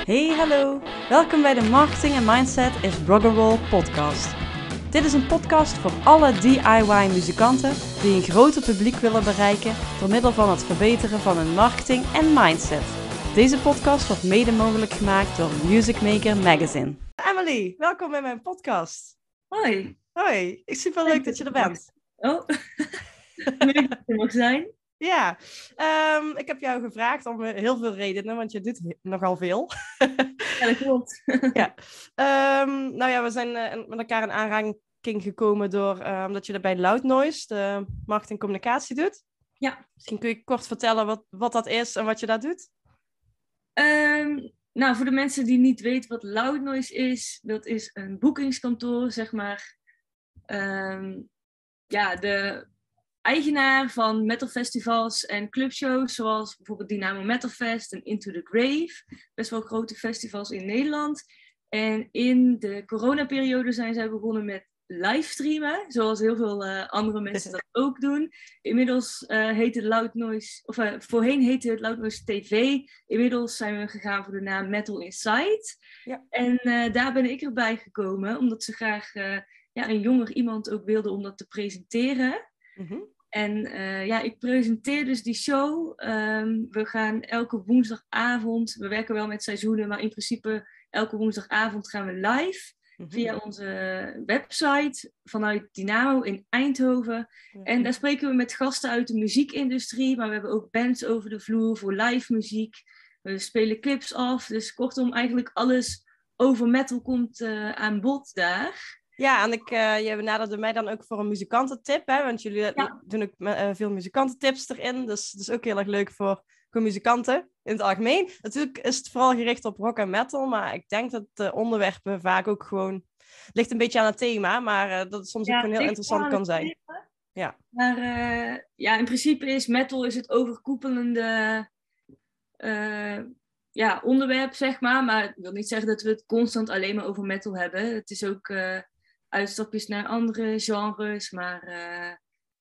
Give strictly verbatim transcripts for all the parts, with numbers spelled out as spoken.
Hey, hallo. Welkom bij de Marketing en Mindset is Rock'n'Roll podcast. Dit is een podcast voor alle D I Y-muzikanten die een groter publiek willen bereiken door middel van het verbeteren van hun marketing en mindset. Deze podcast wordt mede mogelijk gemaakt door Music Maker Magazine. Emily, welkom bij mijn podcast. Hoi. Hoi, super leuk dat je er bent. Oh, leuk dat je er mag zijn. Ja, um, ik heb jou gevraagd om heel veel redenen, want je doet nogal veel. Ja, dat klopt. ja. Um, nou ja, we zijn uh, met elkaar in aanraking gekomen door, uh, omdat je er bij Loud Noise de marketing communicatie doet. Ja. Misschien kun je kort vertellen wat, wat dat is en wat je daar doet? Um, nou, voor de mensen die niet weten wat Loud Noise is, dat is een boekingskantoor, zeg maar. Um, ja, de eigenaar van metalfestivals en clubshows, zoals bijvoorbeeld Dynamo Metal Fest en Into the Grave. Best wel grote festivals in Nederland. En in de coronaperiode zijn zij begonnen met livestreamen, zoals heel veel uh, andere mensen dat ook doen. Inmiddels uh, heet het Loud Noise, of uh, voorheen heette het Loud Noise T V. Inmiddels zijn we gegaan voor de naam Metal Insight. Ja. En uh, daar ben ik erbij gekomen, omdat ze graag uh, ja, een jonger iemand ook wilden om dat te presenteren. Mm-hmm. En uh, ja, ik presenteer dus die show. Um, we gaan elke woensdagavond, we werken wel met seizoenen, maar in principe elke woensdagavond gaan we live mm-hmm. via onze website vanuit Dynamo in Eindhoven. Mm-hmm. En daar spreken we met gasten uit de muziekindustrie, maar we hebben ook bands over de vloer voor live muziek. We spelen clips af, dus kortom eigenlijk alles over metal komt uh, aan bod daar. Ja, en ik, uh, je benaderde mij dan ook voor een muzikantentip, hè? Want jullie ja. doen ook uh, veel muzikantentips erin. Dus dat is ook heel erg leuk voor, voor muzikanten in het algemeen. Natuurlijk is het vooral gericht op rock en metal, maar ik denk dat de onderwerpen vaak ook gewoon... Het ligt een beetje aan het thema, maar uh, dat het soms ja, ook gewoon heel interessant kan zijn. Thema. Ja. Maar uh, ja, in principe is metal is het overkoepelende... Uh, ja, onderwerp, zeg maar. Maar ik wil niet zeggen dat we het constant alleen maar over metal hebben. Het is ook... Uh, uitstapjes naar andere genres, maar... Uh,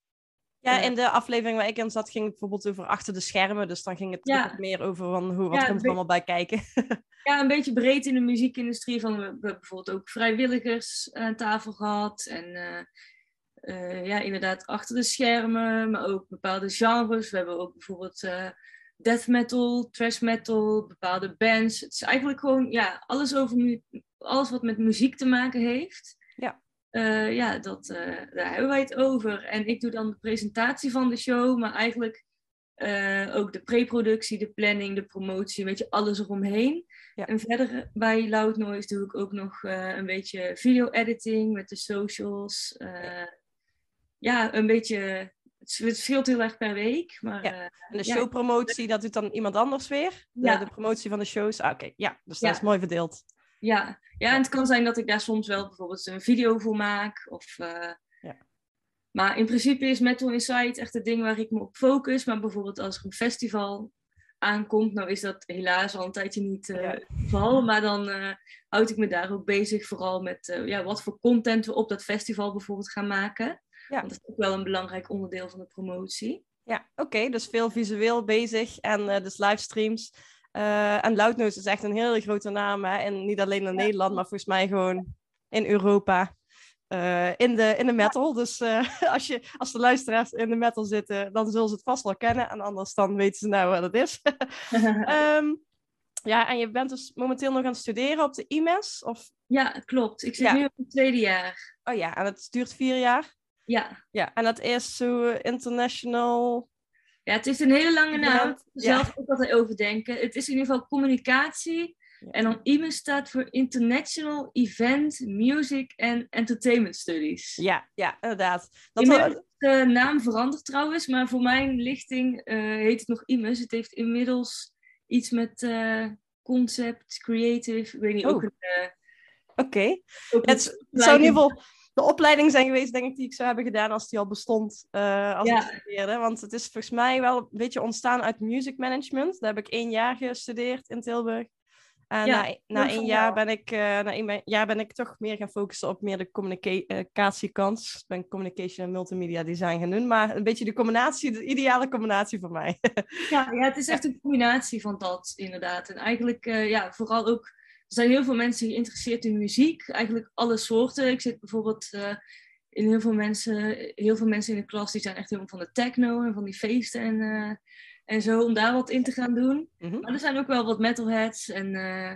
ja, in de aflevering waar ik in zat ging het bijvoorbeeld over achter de schermen, dus dan ging het ja. ook meer over van hoe, wat ja, komt er allemaal bij kijken. ja, een beetje breed in de muziekindustrie, van we hebben bijvoorbeeld ook vrijwilligers aan tafel gehad en uh, uh, ja, inderdaad achter de schermen, maar ook bepaalde genres. We hebben ook bijvoorbeeld uh, death metal, thrash metal, bepaalde bands. Het is eigenlijk gewoon, ja, alles over mu- alles wat met muziek te maken heeft. Ja. Uh, ja, dat, uh, daar hebben wij het over. En ik doe dan de presentatie van de show, maar eigenlijk uh, ook de pre-productie, de planning, de promotie, een beetje alles eromheen. Ja. En verder bij Loud Noise doe ik ook nog uh, een beetje video-editing met de socials. Uh, ja. ja, een beetje... Het verschilt heel erg per week. Maar, ja. En de showpromotie, ja. dat doet dan iemand anders weer? De, ja. de promotie van de shows? Ah, oké, okay. ja, dus dat ja. is mooi verdeeld. Ja. ja, en het kan zijn dat ik daar soms wel bijvoorbeeld een video voor maak. Of, uh... ja. Maar in principe is Metal Insight echt het ding waar ik me op focus. Maar bijvoorbeeld als er een festival aankomt, nou is dat helaas al een tijdje niet uh, ja. geval. Maar dan uh, houd ik me daar ook bezig, vooral met uh, ja, wat voor content we op dat festival bijvoorbeeld gaan maken. Ja. Want dat is ook wel een belangrijk onderdeel van de promotie. Ja, oké, okay, dus veel visueel bezig en uh, dus livestreams. Uh, en Loud Noise is echt een hele grote naam, hè? En niet alleen in ja. Nederland, maar volgens mij gewoon in Europa. Uh, in, de, in de metal. Dus uh, als, je, als de luisteraars in de metal zitten, dan zullen ze het vast wel kennen. En anders dan weten ze nou wat het is. um, ja, en je bent dus momenteel nog aan het studeren op de I M E S? Of? Ja, klopt. Ik zit ja. nu op het tweede jaar. Oh ja, en het duurt vier jaar? Ja. Ja, en dat is zo international... Ja, het is een hele lange naam. Ik moet zelf ja. ook altijd overdenken. Het is in ieder geval communicatie. Ja. En dan I M E staat voor International Event, Music and Entertainment Studies. Ja, ja, inderdaad. Dat inmiddels is de naam veranderd trouwens, maar voor mijn lichting uh, heet het nog I M E S. Het heeft inmiddels iets met uh, concept, creative, ik weet niet, oh. ook een... Uh, Oké. Okay. Het zou in ieder geval... de opleiding zijn geweest, denk ik, die ik zou hebben gedaan als die al bestond, uh, als ja. ik studeerde. Want het is volgens mij wel een beetje ontstaan uit music management. Daar heb ik één jaar gestudeerd in Tilburg. En Ja, na, na ook één van jaar wel. ben ik, uh, na één jaar ben ik toch meer gaan focussen op meer de communicatiekant. Ik ben communication en multimedia design gaan doen, maar een beetje de combinatie, de ideale combinatie voor mij. Ja, ja, het is echt een combinatie van dat, inderdaad. En eigenlijk, uh, ja, vooral ook, er zijn heel veel mensen geïnteresseerd in muziek. Eigenlijk alle soorten. Ik zit bijvoorbeeld uh, in heel veel mensen, heel veel mensen in de klas, die zijn echt helemaal van de techno en van die feesten en, uh, en zo, om daar wat in te gaan doen. Mm-hmm. Maar er zijn ook wel wat metalheads en uh,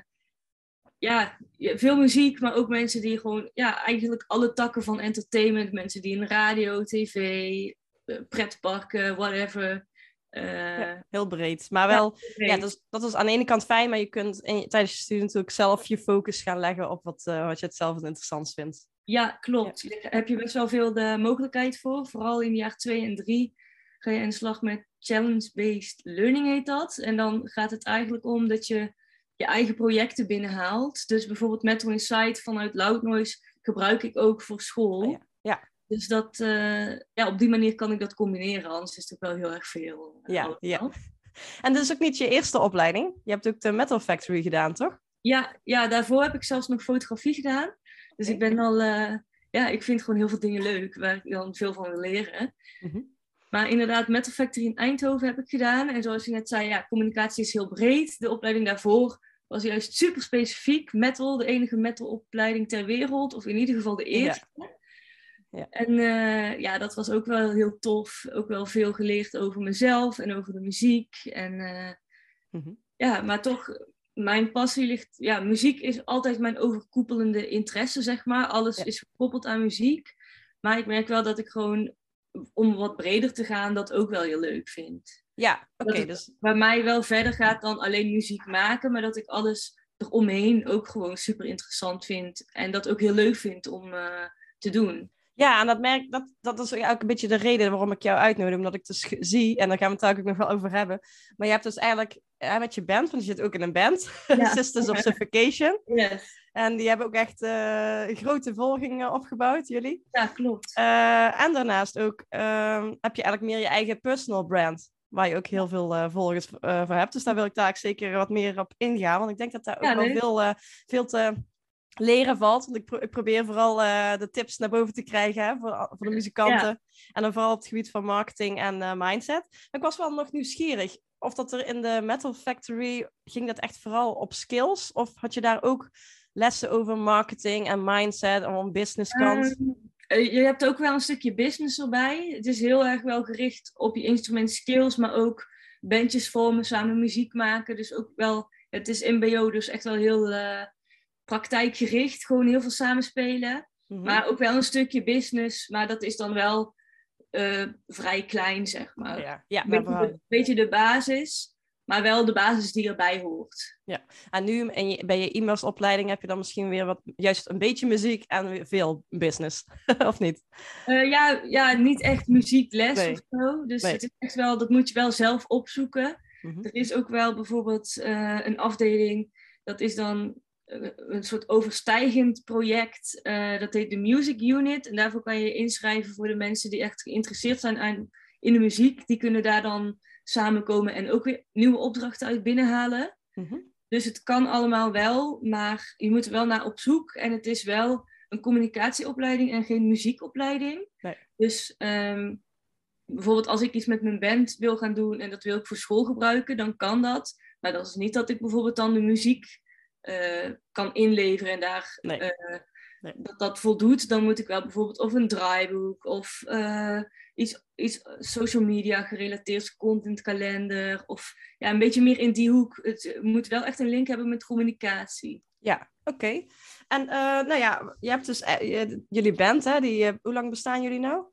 ja, veel muziek, maar ook mensen die gewoon, ja, eigenlijk alle takken van entertainment, mensen die in radio, tv, uh, pretparken, whatever. Uh, ja, heel breed. Maar wel, ja, breed. ja dat, is, dat is aan de ene kant fijn, maar je kunt in, tijdens je studie natuurlijk zelf je focus gaan leggen op wat, uh, wat je het zelf het interessant vindt. Ja, klopt. Ja. Daar heb je best wel veel de mogelijkheid voor. Vooral in jaar twee en drie ga je aan de slag met challenge-based learning, heet dat. En dan gaat het eigenlijk om dat je je eigen projecten binnenhaalt. Dus bijvoorbeeld Metal Insight vanuit Loudnoise gebruik ik ook voor school. Oh ja. Ja. Dus dat, uh, ja, op die manier kan ik dat combineren, anders is het ook wel heel erg veel. Uh, ja, ja. En dat is ook niet je eerste opleiding. Je hebt ook de Metal Factory gedaan, toch? Ja, ja, daarvoor heb ik zelfs nog fotografie gedaan. Dus okay. ik ben al, uh, ja, ik vind gewoon heel veel dingen leuk, waar ik dan veel van wil leren. Mm-hmm. Maar inderdaad, Metal Factory in Eindhoven heb ik gedaan. En zoals je net zei, ja, communicatie is heel breed. De opleiding daarvoor was juist super specifiek. Metal, de enige metalopleiding ter wereld, of in ieder geval de eerste. Ja. Ja. En uh, ja, dat was ook wel heel tof. Ook wel veel geleerd over mezelf en over de muziek. En uh, mm-hmm. ja, maar toch, mijn passie ligt... Ja, muziek is altijd mijn overkoepelende interesse, zeg maar. Alles ja. is gekoppeld aan muziek. Maar ik merk wel dat ik gewoon, om wat breder te gaan, dat ook wel heel leuk vind. Ja, oké. Okay, dus... bij mij wel verder gaat dan alleen muziek maken, maar dat ik alles eromheen ook gewoon super interessant vind. En dat ook heel leuk vind om uh, te doen. Ja, en dat merk dat, dat is ook een beetje de reden waarom ik jou uitnodig. Omdat ik dus zie, en daar gaan we het ook nog wel over hebben. Maar je hebt dus eigenlijk ja, met je band, want je zit ook in een band. Ja. Sisters of Suffocation. Yes. En die hebben ook echt uh, een grote volging uh, opgebouwd, jullie. Ja, klopt. Uh, en daarnaast ook uh, heb je eigenlijk meer je eigen personal brand. Waar je ook heel veel uh, volgers uh, voor hebt. Dus daar wil ik daar zeker wat meer op ingaan. Want ik denk dat daar ook ja, wel veel, uh, veel te... leren valt. Want ik, pro- ik probeer vooral uh, de tips naar boven te krijgen hè, voor, voor de muzikanten. Ja. En dan vooral op het gebied van marketing en uh, mindset. Maar ik was wel nog nieuwsgierig. Of dat er in de Metal Factory, ging dat echt vooral op skills? Of had je daar ook lessen over marketing en mindset en om business kant? Um, je hebt ook wel een stukje business erbij. Het is heel erg wel gericht op je instrument skills, maar ook bandjes vormen, samen muziek maken. Dus ook wel, het is M B O, dus echt wel heel... Uh, praktijkgericht, gewoon heel veel samenspelen. Mm-hmm. Maar ook wel een stukje business, maar dat is dan wel uh, vrij klein, zeg maar. Ja, ja, een beetje de, beetje de basis, maar wel de basis die erbij hoort. Ja, en nu en je, bij je e-mailsopleiding heb je dan misschien weer wat, juist een beetje muziek en weer veel business, of niet? Uh, ja, ja, niet echt muziekles nee. of zo. Dus nee. het is echt wel, dat moet je wel zelf opzoeken. Mm-hmm. Er is ook wel bijvoorbeeld uh, een afdeling, dat is dan een soort overstijgend project. Uh, dat heet de Music Unit. En daarvoor kan je je inschrijven voor de mensen die echt geïnteresseerd zijn aan, in de muziek. Die kunnen daar dan samenkomen en ook weer nieuwe opdrachten uit binnenhalen. Mm-hmm. Dus het kan allemaal wel, maar je moet er wel naar op zoek. En het is wel een communicatieopleiding en geen muziekopleiding. Nee. Dus um, bijvoorbeeld als ik iets met mijn band wil gaan doen en dat wil ik voor school gebruiken, dan kan dat. Maar dat is niet dat ik bijvoorbeeld dan de muziek Uh, kan inleveren en daar nee. uh, nee. dat dat voldoet, dan moet ik wel bijvoorbeeld of een draaiboek of uh, iets, iets social media gerelateerd, contentkalender of ja, een beetje meer in die hoek. Het moet wel echt een link hebben met communicatie. Ja, oké. Okay. En uh, nou ja, je hebt dus uh, jullie band, hè? Die, uh, hoe lang bestaan jullie nou?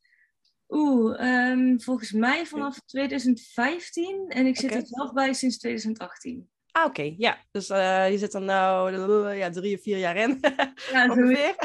Oeh, um, volgens mij vanaf twintig vijftien en ik zit okay. er zelf bij sinds twintig achttien. Ah, oké. Okay. Ja. Dus uh, je zit er nou ja, drie of vier jaar in. Ja, ongeveer.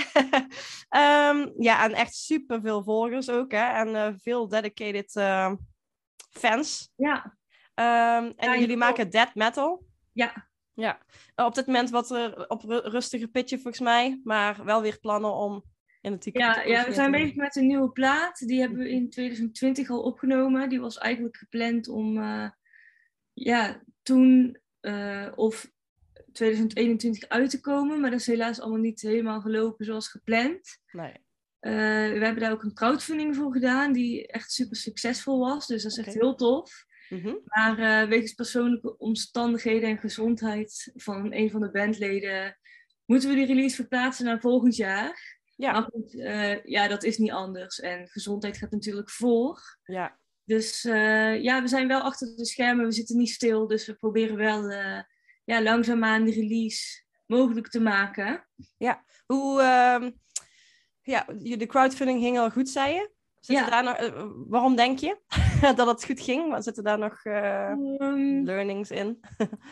um, ja, en echt super veel volgers ook, hè. En uh, veel dedicated uh, fans. Ja. Um, en ja, jullie maken death metal. Ja. Ja. Uh, op dit moment wat er op ru- rustiger pitje volgens mij. Maar wel weer plannen om in het Ja, ja, ja, we zijn bezig met een nieuwe plaat. Die hebben we in twintig twintig al opgenomen. Die was eigenlijk gepland om... Uh, ja, toen... Uh, of twintig eenentwintig uit te komen. Maar dat is helaas allemaal niet helemaal gelopen zoals gepland. Nee. Uh, we hebben daar ook een crowdfunding voor gedaan, die echt super succesvol was. Dus dat is Okay. echt heel tof. Mm-hmm. Maar uh, wegens persoonlijke omstandigheden en gezondheid van een van de bandleden moeten we die release verplaatsen naar volgend jaar. Ja. Maar goed, uh, ja, dat is niet anders. En gezondheid gaat natuurlijk voor. Ja. Dus uh, ja, we zijn wel achter de schermen. We zitten niet stil. Dus we proberen wel uh, ja, langzaamaan de release mogelijk te maken. Ja, hoe... Uh, ja, de crowdfunding ging al goed, zei je? Zitten ja. daar nog, uh, waarom denk je dat het goed ging? Zitten daar nog uh, um, learnings in?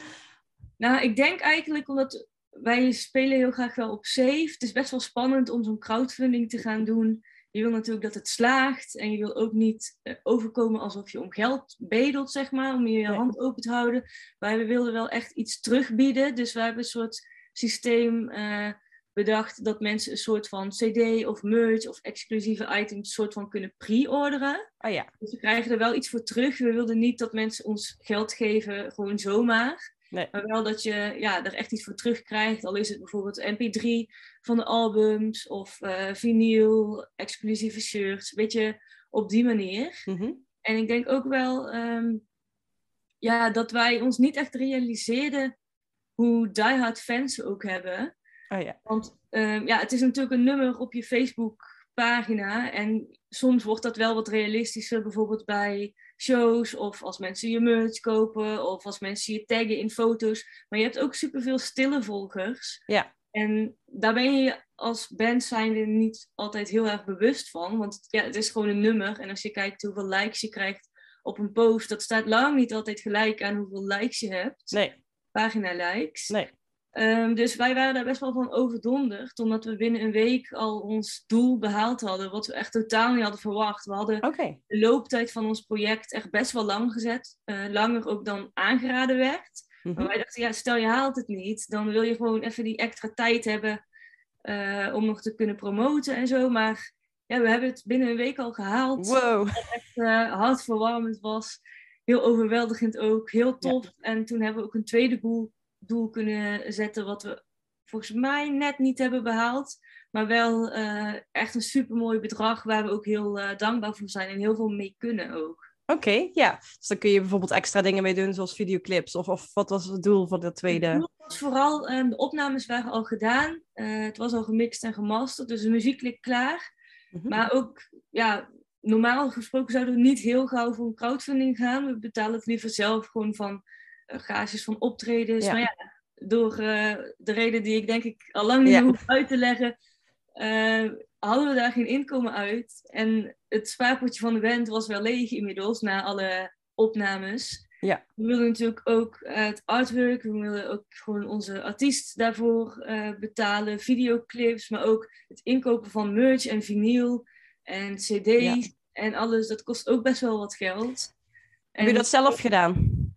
Nou, ik denk eigenlijk omdat wij spelen heel graag wel op safe. Het is best wel spannend om zo'n crowdfunding te gaan doen. Je wil natuurlijk dat het slaagt. En je wil ook niet uh, overkomen alsof je om geld bedelt, zeg maar. Om je, je nee. hand open te houden. Maar we wilden wel echt iets terugbieden. Dus we hebben een soort systeem uh, bedacht dat mensen een soort van cd of merch of exclusieve items soort van kunnen pre-orderen. Oh ja. Dus we krijgen er wel iets voor terug. We wilden niet dat mensen ons geld geven gewoon zomaar. Nee. Maar wel dat je ja, er echt iets voor terugkrijgt. Al is het bijvoorbeeld M P drie van de albums of uh, vinyl, exclusieve shirts. Een beetje op die manier. Mm-hmm. En ik denk ook wel um, ja, dat wij ons niet echt realiseerden hoe diehard fans we ook hebben. Oh ja. Want um, ja, het is natuurlijk een nummer op je Facebook-pagina. En soms wordt dat wel wat realistischer. Bijvoorbeeld bij shows of als mensen je merch kopen. Of als mensen je taggen in foto's. Maar je hebt ook superveel stille volgers. Ja. En daar ben je als band zijnde niet altijd heel erg bewust van. Want ja, het is gewoon een nummer. En als je kijkt hoeveel likes je krijgt op een post. Dat staat lang niet altijd gelijk aan hoeveel likes je hebt. Nee. Pagina-likes. Nee. Um, dus wij waren daar best wel van overdonderd, omdat we binnen een week al ons doel behaald hadden, wat we echt totaal niet hadden verwacht. We hadden okay. de looptijd van ons project echt best wel lang gezet, uh, langer ook dan aangeraden werd. Mm-hmm. Maar wij dachten, ja, stel je haalt het niet, dan wil je gewoon even die extra tijd hebben uh, om nog te kunnen promoten en zo. Maar ja, we hebben het binnen een week al gehaald. Wow. Wat echt uh, hartverwarmend was, heel overweldigend ook, heel tof. Ja. En toen hebben we ook een tweede doel doel kunnen zetten wat we volgens mij net niet hebben behaald. Maar wel uh, echt een supermooi bedrag waar we ook heel uh, dankbaar voor zijn en heel veel mee kunnen ook. Oké, okay, ja. Dus dan kun je bijvoorbeeld extra dingen mee doen zoals videoclips. Of, of wat was het doel van dat tweede? Het doel was vooral, um, de opnames waren al gedaan. Uh, het was al gemixt en gemasterd, dus de muziek ligt klaar. Mm-hmm. Maar ook, ja, normaal gesproken zouden we niet heel gauw voor een crowdfunding gaan. We betalen het liever zelf gewoon van uh, gages van optredens. Ja. Maar ja, door uh, de reden die ik denk ik al lang niet ja. meer hoef uit te leggen, uh, hadden we daar geen inkomen uit. En het spaarpotje van de band was wel leeg inmiddels, na alle opnames. Ja. We wilden natuurlijk ook uh, het artwork, we wilden ook gewoon onze artiest daarvoor uh, betalen, videoclips, maar ook het inkopen van merch en vinyl en cd's ja. en alles. Dat kost ook best wel wat geld. Heb je dat zelf gedaan?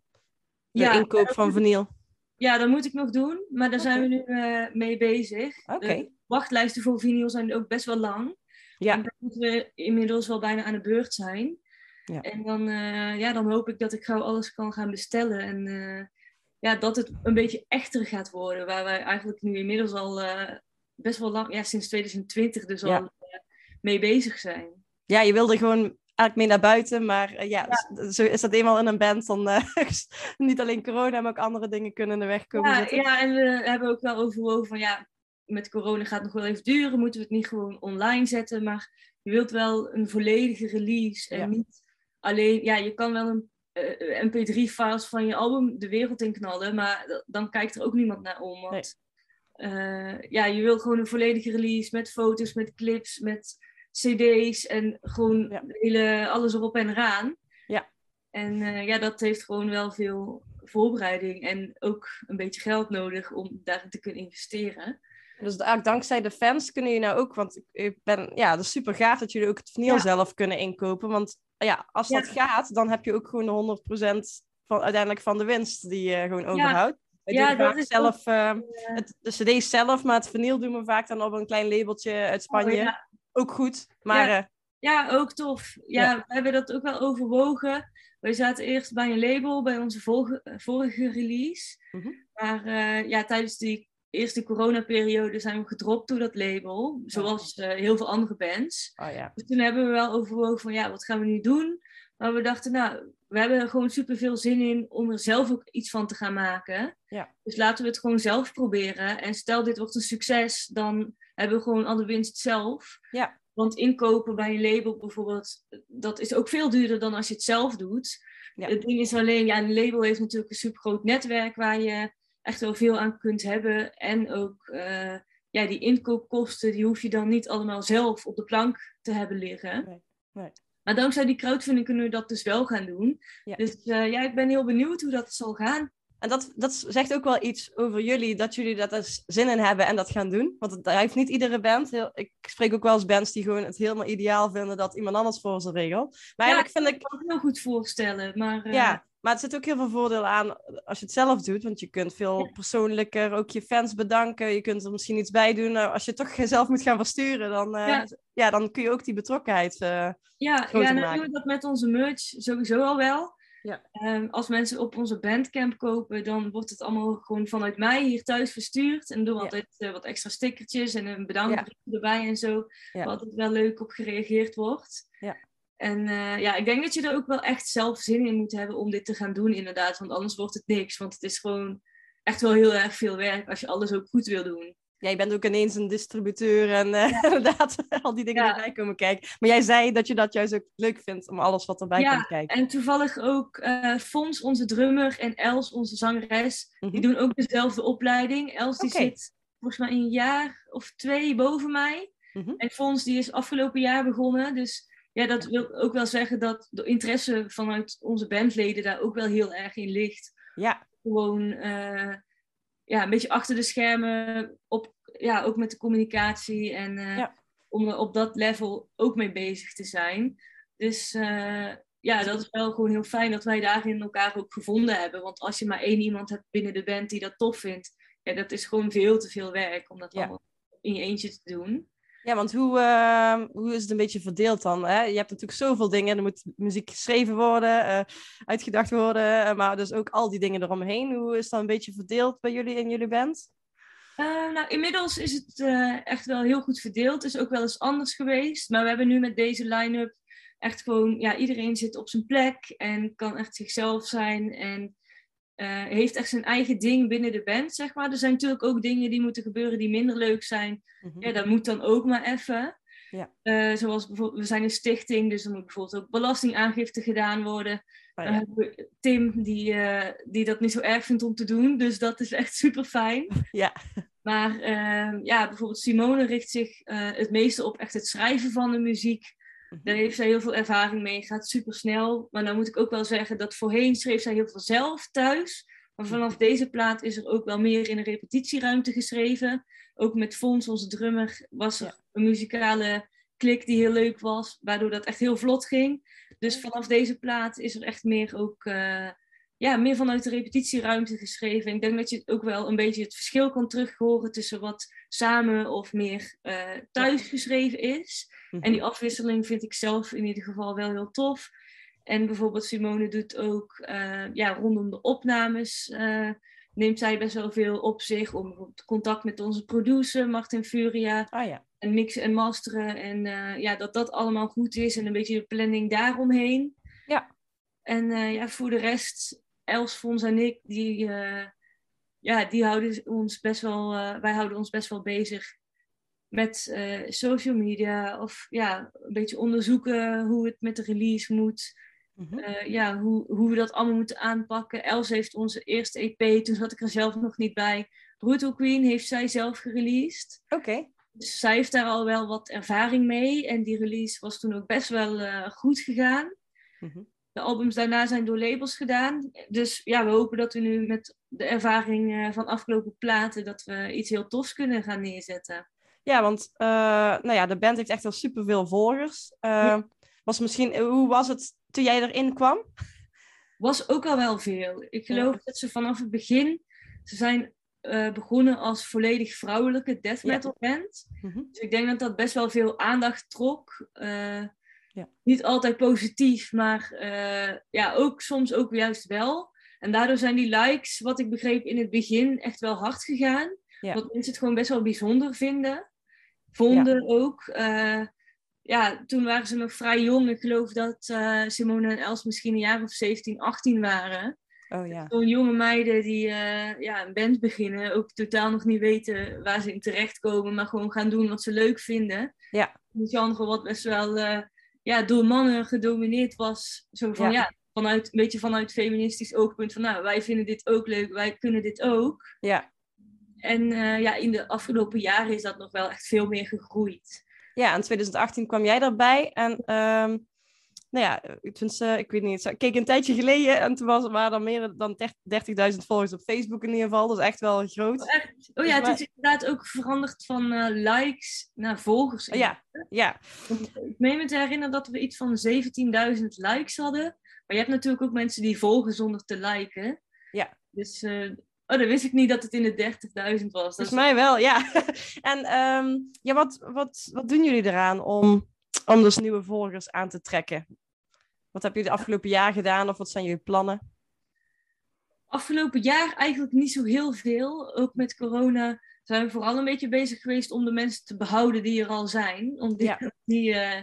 De ja, inkoop van moet, vinyl? Ja, dat moet ik nog doen, maar daar okay. zijn we nu uh, mee bezig. Okay. De wachtlijsten voor vinyl zijn ook best wel lang. Ja. En dan moeten we inmiddels wel bijna aan de beurt zijn. Ja. En dan, uh, ja, dan hoop ik dat ik gauw alles kan gaan bestellen. En uh, ja, dat het een beetje echter gaat worden. Waar wij eigenlijk nu inmiddels al uh, best wel lang, ja, sinds twintig twintig dus ja. al uh, mee bezig zijn. Ja, je wilde gewoon eigenlijk mee naar buiten. Maar uh, ja, ja. zo is dat eenmaal in een band. Dan uh, niet alleen corona, maar ook andere dingen kunnen in de weg komen ja, zitten. Ja, en we hebben ook wel overwogen van ja, met corona gaat het nog wel even duren. Moeten we het niet gewoon online zetten. Maar je wilt wel een volledige release. En ja. niet alleen, ja, je kan wel een uh, M P drie files van je album de wereld in knallen. Maar dan kijkt er ook niemand naar om. Want nee. uh, ja, je wil gewoon een volledige release met foto's, met clips, met cd's. En gewoon ja. hele, alles erop en eraan. Ja. En uh, ja, dat heeft gewoon wel veel voorbereiding. En ook een beetje geld nodig om daarin te kunnen investeren. Dus eigenlijk dankzij de fans kunnen jullie nou ook, want ik ben, ja, dat is super gaaf dat jullie ook het vinyl ja. zelf kunnen inkopen. Want ja, als dat ja. gaat, dan heb je ook gewoon de honderd procent van, uiteindelijk van de winst die je gewoon overhoudt. Ja, ja dat is zelf, ook, uh, het, de cd's zelf, maar het vinyl doen we vaak dan op een klein labeltje uit Spanje. Oh, ja. Ook goed, maar... Ja. Uh, ja, ook tof. Ja, ja, we hebben dat ook wel overwogen. wij zaten eerst bij een label, bij onze vorige, vorige release. Mm-hmm. Maar uh, ja, tijdens die eerste coronaperiode zijn we gedropt door dat label. Zoals uh, heel veel andere bands. Oh, yeah. Dus toen hebben we wel overwogen van ja, wat gaan we nu doen? Maar we dachten, nou, we hebben er gewoon super veel zin in om er zelf ook iets van te gaan maken. Ja. Dus laten we het gewoon zelf proberen. En stel dit wordt een succes, dan hebben we gewoon al de winst zelf. Ja. Want inkopen bij een label bijvoorbeeld, dat is ook veel duurder dan als je het zelf doet. Ja. Het ding is alleen, ja, een label heeft natuurlijk een supergroot netwerk waar je echt wel veel aan kunt hebben. En ook uh, ja, die inkoopkosten, die hoef je dan niet allemaal zelf op de plank te hebben liggen. Nee. Nee. Maar dankzij die crowdfunding kunnen we dat dus wel gaan doen. Ja. Dus uh, ja, ik ben heel benieuwd hoe dat zal gaan. En dat, dat zegt ook wel iets over jullie, dat jullie dat er zin in hebben en dat gaan doen. Want het heeft niet iedere band. Heel, ik spreek ook wel eens bands die gewoon het helemaal ideaal vinden dat iemand anders voor ze regelt. Maar ja, eigenlijk vind ik... kan me heel goed voorstellen. Maar, uh... Ja, maar het zit ook heel veel voordelen aan als je het zelf doet. Want je kunt veel ja. persoonlijker ook je fans bedanken. Je kunt er misschien iets bij doen. Als je toch zelf moet gaan versturen, dan, uh, ja. Ja, dan kun je ook die betrokkenheid uh, ja, groter ja, maken. dan doen we dat met onze merch sowieso al wel. Ja. Um, als mensen op onze Bandcamp kopen, dan wordt het allemaal gewoon vanuit mij hier thuis verstuurd. En dan doen we ja. altijd uh, wat extra stickertjes en een bedankbrief ja. erbij en zo. Ja. Waar altijd wel leuk op gereageerd wordt. Ja. En uh, ja, ik denk dat je er ook wel echt zelf zin in moet hebben om dit te gaan doen inderdaad. Want anders wordt het niks. Want het is gewoon echt wel heel erg veel werk als je alles ook goed wil doen. Ja, je bent ook ineens een distributeur en uh, ja. inderdaad al die dingen ja. erbij komen kijken. Maar jij zei dat je dat juist ook leuk vindt om alles wat erbij ja, komt kijken. En toevallig ook uh, Fons, onze drummer, en Els, onze zangeres, mm-hmm. die doen ook dezelfde opleiding. Els die okay. zit volgens mij een jaar of twee boven mij. Mm-hmm. En Fons die is afgelopen jaar begonnen. Dus ja, dat wil ook wel zeggen dat de interesse vanuit onze bandleden daar ook wel heel erg in ligt. Ja. Gewoon uh, ja, een beetje achter de schermen, op, ja, ook met de communicatie en uh, ja. om er op dat level ook mee bezig te zijn. Dus uh, ja, dat is wel gewoon heel fijn dat wij daarin elkaar ook gevonden hebben. Want als je maar één iemand hebt binnen de band die dat tof vindt, ja, dat is gewoon veel te veel werk om dat ja. allemaal in je eentje te doen. Ja, want hoe, uh, hoe is het een beetje verdeeld dan? Hè? Je hebt natuurlijk zoveel dingen. Er moet muziek geschreven worden, uh, uitgedacht worden. Uh, maar dus ook al die dingen eromheen. Hoe is dat een beetje verdeeld bij jullie in jullie band? Uh, nou, inmiddels is het uh, echt wel heel goed verdeeld. Het is ook wel eens anders geweest. Maar we hebben nu met deze line-up echt gewoon... Ja, iedereen zit op zijn plek en kan echt zichzelf zijn. En uh, heeft echt zijn eigen ding binnen de band, zeg maar. Er zijn natuurlijk ook dingen die moeten gebeuren die minder leuk zijn. Mm-hmm. Ja, dat moet dan ook maar even. Ja. Uh, zoals bijvoorbeeld, we zijn een stichting, dus er moet bijvoorbeeld ook belastingaangifte gedaan worden. Oh, ja. Dan hebben we Tim, die, uh, die dat niet zo erg vindt om te doen. Dus dat is echt super fijn. Ja. Maar uh, ja, bijvoorbeeld Simone richt zich uh, het meeste op echt het schrijven van de muziek. Mm-hmm. Daar heeft zij heel veel ervaring mee. Gaat super snel. Maar dan moet ik ook wel zeggen dat voorheen schreef zij heel veel zelf thuis. Maar vanaf deze plaat is er ook wel meer in een repetitieruimte geschreven. Ook met Fons, onze drummer, was er ja. een muzikale klik die heel leuk was. Waardoor dat echt heel vlot ging. Dus vanaf deze plaat is er echt meer ook... Uh, ja, meer vanuit de repetitieruimte geschreven. Ik denk dat je ook wel een beetje het verschil kan terughoren tussen wat samen of meer uh, thuis geschreven is. Mm-hmm. En die afwisseling vind ik zelf in ieder geval wel heel tof. En bijvoorbeeld Simone doet ook uh, ja, rondom de opnames... Uh, neemt zij best wel veel op zich om bijvoorbeeld contact met onze producer, Martin Furia, oh, ja. en mixen en masteren. En uh, ja, dat dat allemaal goed is en een beetje de planning daaromheen. Ja. En uh, ja, voor de rest, Els, Fons en ik, die, uh, ja, die houden ons best wel, uh, wij houden ons best wel bezig met uh, social media. Of ja, een beetje onderzoeken hoe het met de release moet. Mm-hmm. Uh, ja, hoe, hoe we dat allemaal moeten aanpakken. Els heeft onze eerste E P, toen zat ik er zelf nog niet bij. Brutal Queen heeft zij zelf gereleased. Oké. Okay. Dus zij heeft daar al wel wat ervaring mee. En die release was toen ook best wel uh, goed gegaan. Mm-hmm. De albums daarna zijn door labels gedaan. Dus ja, we hopen dat we nu met de ervaring uh, van afgelopen platen... dat we iets heel tofs kunnen gaan neerzetten. Ja, want uh, nou ja, de band heeft echt wel superveel volgers. Uh, ja. Was misschien, hoe was het toen jij erin kwam? Was ook al wel veel. Ik geloof ja. dat ze vanaf het begin... Ze zijn uh, begonnen als volledig vrouwelijke death metal ja. band. Mm-hmm. Dus ik denk dat dat best wel veel aandacht trok. Uh, Ja. Niet altijd positief, maar uh, ja, ook soms ook juist wel. En daardoor zijn die likes, wat ik begreep in het begin, echt wel hard gegaan. Ja. Want mensen het gewoon best wel bijzonder vinden. Vonden ja. ook. Uh, ja, toen waren ze nog vrij jong. Ik geloof dat uh, Simone en Els misschien een jaar of zeventien, achttien waren. Oh ja. Zo'n jonge meiden die uh, ja, een band beginnen. Ook totaal nog niet weten waar ze in terechtkomen. Maar gewoon gaan doen wat ze leuk vinden. Ja. Een genre wat best wel uh, ja, door mannen gedomineerd was. Zo van ja. ja Vanuit, een beetje vanuit feministisch oogpunt van nou, wij vinden dit ook leuk, wij kunnen dit ook. Ja. En uh, ja, in de afgelopen jaren is dat nog wel echt veel meer gegroeid. Ja, in twintig achttien kwam jij daarbij en um, nou ja, tenminste, ik weet niet, ik keek een tijdje geleden en toen was, waren er meer dan dertigduizend volgers op Facebook in ieder geval, dat is echt wel groot. Oh, echt? Oh ja, het is inderdaad ook veranderd van uh, likes naar volgers. Oh, ja, ja. Ik meen me te herinneren dat we iets van zeventienduizend likes hadden. Maar je hebt natuurlijk ook mensen die volgen zonder te liken. Ja. Dus, uh, oh, dan wist ik niet dat het in de dertigduizend was. Volgens mij wel, ja. En um, ja, wat, wat, wat doen jullie eraan om, om dus nieuwe volgers aan te trekken? Wat heb je de afgelopen jaar gedaan of wat zijn jullie plannen? Afgelopen jaar eigenlijk niet zo heel veel. Ook met corona zijn we vooral een beetje bezig geweest om de mensen te behouden die er al zijn. Om die... Ja. die uh,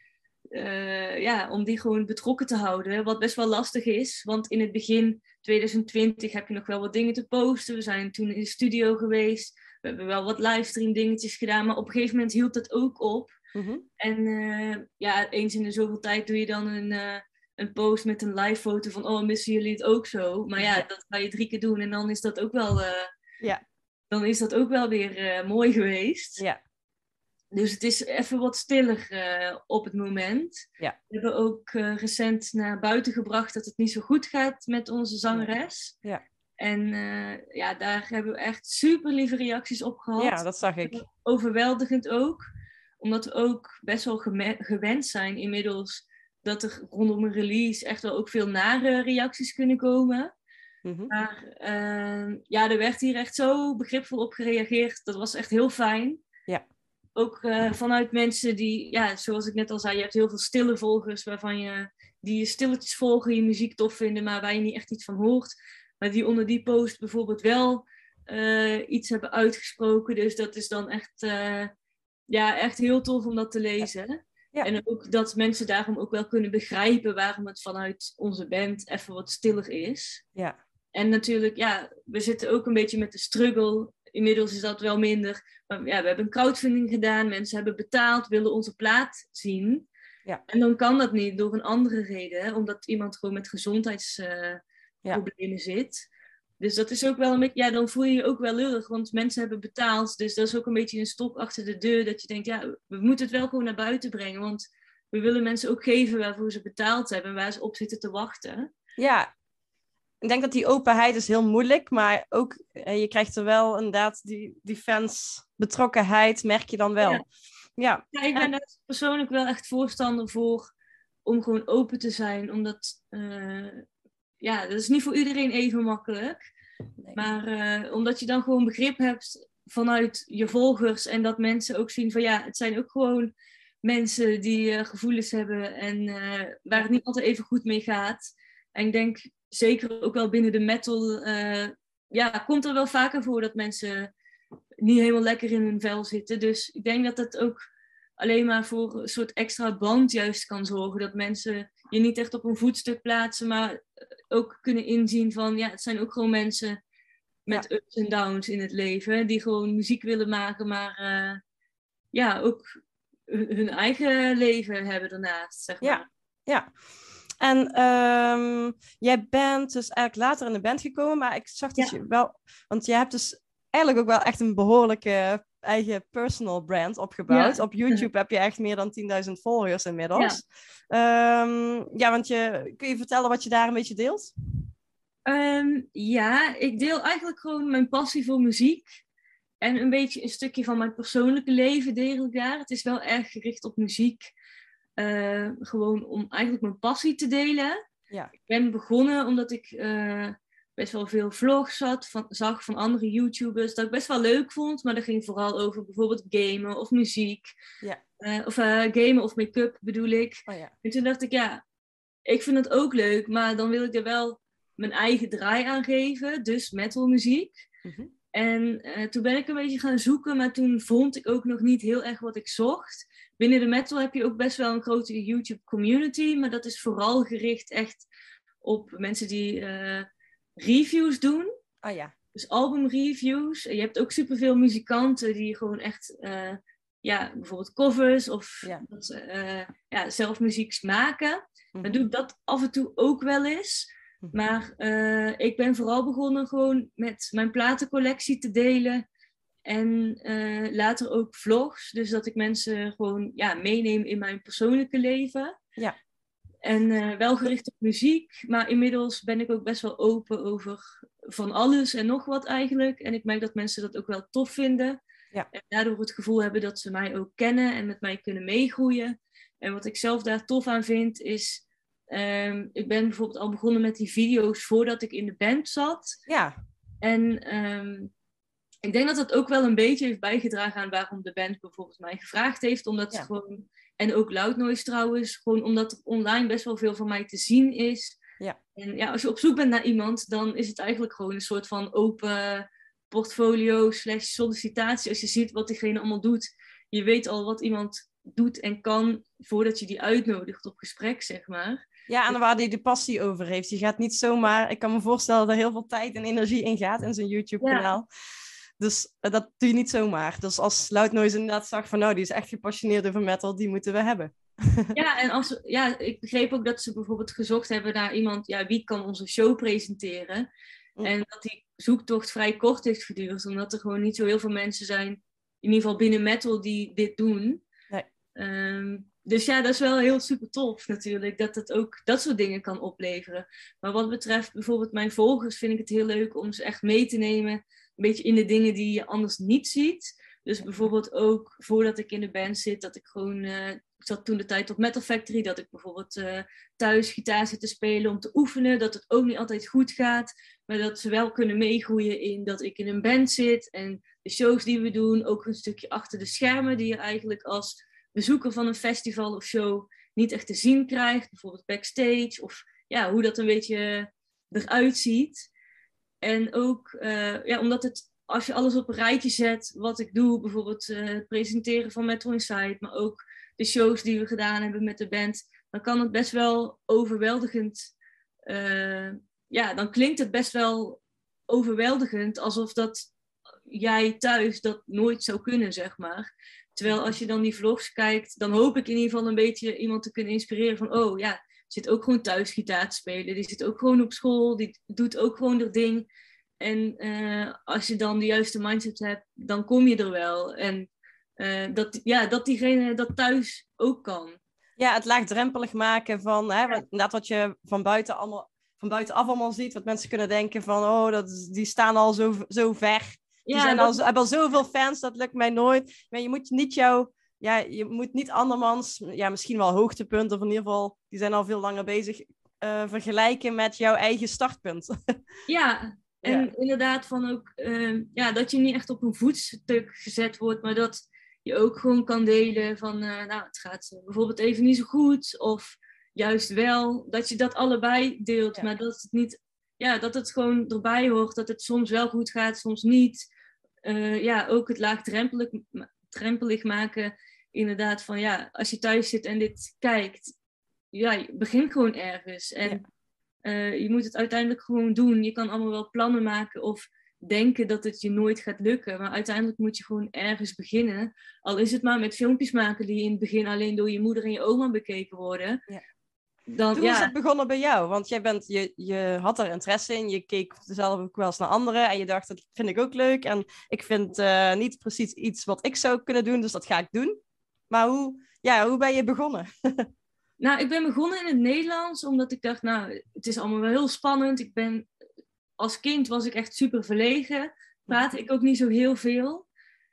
Uh, ja, om die gewoon betrokken te houden. Wat best wel lastig is. Want in het begin twintig twintig heb je nog wel wat dingen te posten. We zijn toen in de studio geweest. We hebben wel wat livestream dingetjes gedaan. Maar op een gegeven moment hield dat ook op. Mm-hmm. En uh, ja, eens in de zoveel tijd doe je dan een, uh, een post met een live foto van oh, missen jullie het ook zo? Maar ja, dat ga je drie keer doen. En dan is dat ook wel, uh, ja. dan is dat ook wel weer uh, mooi geweest. Ja. Dus het is even wat stiller uh, op het moment. Ja. We hebben ook uh, recent naar buiten gebracht dat het niet zo goed gaat met onze zangeres. Ja. En uh, ja, daar hebben we echt super lieve reacties op gehad. Ja, dat zag ik. Overweldigend ook. Omdat we ook best wel geme- gewend zijn inmiddels dat er rondom een release echt wel ook veel nare reacties kunnen komen. Mm-hmm. Maar uh, ja, er werd hier echt zo begripvol op gereageerd. Dat was echt heel fijn. Ja. Ook uh, vanuit mensen die, ja, zoals ik net al zei, je hebt heel veel stille volgers waarvan je, die je stilletjes volgen, je muziek tof vinden, maar waar je niet echt iets van hoort. Maar die onder die post bijvoorbeeld wel uh, iets hebben uitgesproken. Dus dat is dan echt, uh, ja, echt heel tof om dat te lezen. Ja. Ja. En ook dat mensen daarom ook wel kunnen begrijpen waarom het vanuit onze band even wat stiller is. Ja. En natuurlijk, ja, we zitten ook een beetje met de struggle. Inmiddels is dat wel minder. Maar ja, we hebben een crowdfunding gedaan. Mensen hebben betaald, willen onze plaat zien. Ja. En dan kan dat niet door een andere reden. Hè? Omdat iemand gewoon met gezondheidsproblemen uh, ja. zit. Dus dat is ook wel een beetje... Ja, dan voel je je ook wel lullig. Want mensen hebben betaald. Dus dat is ook een beetje een stok achter de deur. Dat je denkt, ja, we moeten het wel gewoon naar buiten brengen. Want we willen mensen ook geven waarvoor ze betaald hebben. En waar ze op zitten te wachten. Ja. Ik denk dat die openheid is heel moeilijk, maar ook eh, je krijgt er wel inderdaad die, die fans betrokkenheid, merk je dan wel. Ja, ja. ja ik ben daar persoonlijk wel echt voorstander voor om gewoon open te zijn, omdat uh, ja, dat is niet voor iedereen even makkelijk. Nee. Maar uh, omdat je dan gewoon begrip hebt vanuit je volgers en dat mensen ook zien van ja, het zijn ook gewoon mensen die uh, gevoelens hebben en uh, waar het niet altijd even goed mee gaat. En ik denk zeker ook wel binnen de metal, uh, ja, komt er wel vaker voor dat mensen niet helemaal lekker in hun vel zitten. Dus ik denk dat dat ook alleen maar voor een soort extra band juist kan zorgen. Dat mensen je niet echt op een voetstuk plaatsen, maar ook kunnen inzien van, ja, het zijn ook gewoon mensen met ja. ups en downs in het leven, die gewoon muziek willen maken, maar uh, ja, ook hun eigen leven hebben daarnaast, zeg maar. Ja, ja. En um, jij bent dus eigenlijk later in de band gekomen, maar ik zag dat ja. je wel... Want je hebt dus eigenlijk ook wel echt een behoorlijke eigen personal brand opgebouwd. Ja. Op YouTube heb je echt meer dan tienduizend volgers inmiddels. Ja. Um, ja, want je, kun je vertellen wat je daar een beetje deelt? Um, ja, ik deel eigenlijk gewoon mijn passie voor muziek. En een beetje een stukje van mijn persoonlijke leven deel ik daar. Het is wel erg gericht op muziek. Uh, gewoon om eigenlijk mijn passie te delen. Ja. Ik ben begonnen omdat ik uh, best wel veel vlogs zat, van, zag van andere YouTubers, dat ik best wel leuk vond. Maar dat ging vooral over bijvoorbeeld gamen of muziek. Ja. Uh, of uh, gamen of make-up bedoel ik. Oh, ja. En toen dacht ik, ja, ik vind het ook leuk, maar dan wil ik er wel mijn eigen draai aan geven. Dus metalmuziek. Mm-hmm. En uh, toen ben ik een beetje gaan zoeken, maar toen vond ik ook nog niet heel erg wat ik zocht. Binnen de metal heb je ook best wel een grote YouTube community, maar dat is vooral gericht echt op mensen die uh, reviews doen. Oh, ja. Dus albumreviews. Je hebt ook superveel muzikanten die gewoon echt, uh, ja, bijvoorbeeld covers of Ja. dat, uh, ja, zelf muziek maken. Mm-hmm. Dan doe ik dat af en toe ook wel eens. Maar uh, ik ben vooral begonnen gewoon met mijn platencollectie te delen. En uh, later ook vlogs. Dus dat ik mensen gewoon ja, meeneem in mijn persoonlijke leven. Ja. En uh, wel gericht op muziek. Maar inmiddels ben ik ook best wel open over van alles en nog wat eigenlijk. En ik merk dat mensen dat ook wel tof vinden. Ja. En daardoor het gevoel hebben dat ze mij ook kennen en met mij kunnen meegroeien. En wat ik zelf daar tof aan vind is... Um, ik ben bijvoorbeeld al begonnen met die video's voordat ik in de band zat. Ja. En um, ik denk dat dat ook wel een beetje heeft bijgedragen aan waarom de band bijvoorbeeld mij gevraagd heeft. Omdat ja. ze gewoon, en ook Loud Noise trouwens, gewoon omdat er online best wel veel van mij te zien is. Ja. En ja, als je op zoek bent naar iemand, dan is het eigenlijk gewoon een soort van open portfolio slash sollicitatie. Als je ziet wat diegene allemaal doet, je weet al wat iemand doet en kan voordat je die uitnodigt op gesprek, zeg maar. Ja, en waar hij de passie over heeft. Je gaat niet zomaar... Ik kan me voorstellen dat er heel veel tijd en energie in gaat in zijn YouTube-kanaal. Ja. Dus uh, dat doe je niet zomaar. Dus als Loud Noise inderdaad zag van... Nou, die is echt gepassioneerd over metal. Die moeten we hebben. Ja, en als, ja, ik begreep ook dat ze bijvoorbeeld gezocht hebben naar iemand... Ja, wie kan onze show presenteren? Mm. En dat die zoektocht vrij kort heeft geduurd. Omdat er gewoon niet zo heel veel mensen zijn... In ieder geval binnen metal die dit doen. Nee. Um, Dus ja, dat is wel heel super tof natuurlijk, dat het ook dat soort dingen kan opleveren. Maar wat betreft bijvoorbeeld mijn volgers vind ik het heel leuk om ze echt mee te nemen. Een beetje in de dingen die je anders niet ziet. Dus bijvoorbeeld ook voordat ik in de band zit, dat ik gewoon... Uh, ik zat toen de tijd op Metal Factory, dat ik bijvoorbeeld uh, thuis gitaar zit te spelen om te oefenen. Dat het ook niet altijd goed gaat, maar dat ze wel kunnen meegroeien in dat ik in een band zit. En de shows die we doen, ook een stukje achter de schermen die je eigenlijk als... bezoeker van een festival of show niet echt te zien krijgt. Bijvoorbeeld backstage. Of ja, hoe dat een beetje eruit ziet. En ook, uh, ja, omdat het, als je alles op een rijtje zet, wat ik doe, bijvoorbeeld uh, het presenteren van Metal Inside, maar ook de shows die we gedaan hebben met de band, dan kan het best wel overweldigend, uh, ja, dan klinkt het best wel overweldigend, alsof dat jij thuis dat nooit zou kunnen, zeg maar. Terwijl als je dan die vlogs kijkt, dan hoop ik in ieder geval een beetje iemand te kunnen inspireren van, oh ja, zit ook gewoon thuis gitaar te spelen. Die zit ook gewoon op school, die doet ook gewoon dat ding. En uh, als je dan de juiste mindset hebt, dan kom je er wel. En uh, dat, ja, dat diegene dat thuis ook kan. Ja, het laagdrempelig maken van, hè, wat, inderdaad wat je van buiten allemaal, van buitenaf allemaal ziet. Wat mensen kunnen denken van, oh, dat is, die staan al zo, zo ver. Die ja, zijn al, dat... hebben al zoveel fans, dat lukt mij nooit. Maar je moet niet jouw, ja, je moet niet andermans, ja, misschien wel hoogtepunten, of in ieder geval, die zijn al veel langer bezig, uh, vergelijken met jouw eigen startpunt. Ja, en ja. inderdaad van ook, uh, ja, dat je niet echt op een voetstuk gezet wordt, maar dat je ook gewoon kan delen van, uh, nou, het gaat bijvoorbeeld even niet zo goed, of juist wel, dat je dat allebei deelt, ja. maar dat het niet... Ja, dat het gewoon erbij hoort, dat het soms wel goed gaat, soms niet. Uh, ja, ook het laagdrempelig drempelig maken. Inderdaad van, ja, als je thuis zit en dit kijkt, ja, je begint gewoon ergens. En ja. uh, je moet het uiteindelijk gewoon doen. Je kan allemaal wel plannen maken of denken dat het je nooit gaat lukken. Maar uiteindelijk moet je gewoon ergens beginnen. Al is het maar met filmpjes maken die in het begin alleen door je moeder en je oma bekeken worden. Ja. Dan, Toen ja. is het begonnen bij jou, want jij bent, je, je had er interesse in, je keek zelf ook wel eens naar anderen en je dacht, dat vind ik ook leuk en ik vind uh, niet precies iets wat ik zou kunnen doen, dus dat ga ik doen. Maar hoe, ja, hoe ben je begonnen? Nou, ik ben begonnen in het Nederlands, omdat ik dacht, nou, het is allemaal wel heel spannend. Ik ben, als kind was ik echt super verlegen, praatte ik ook niet zo heel veel.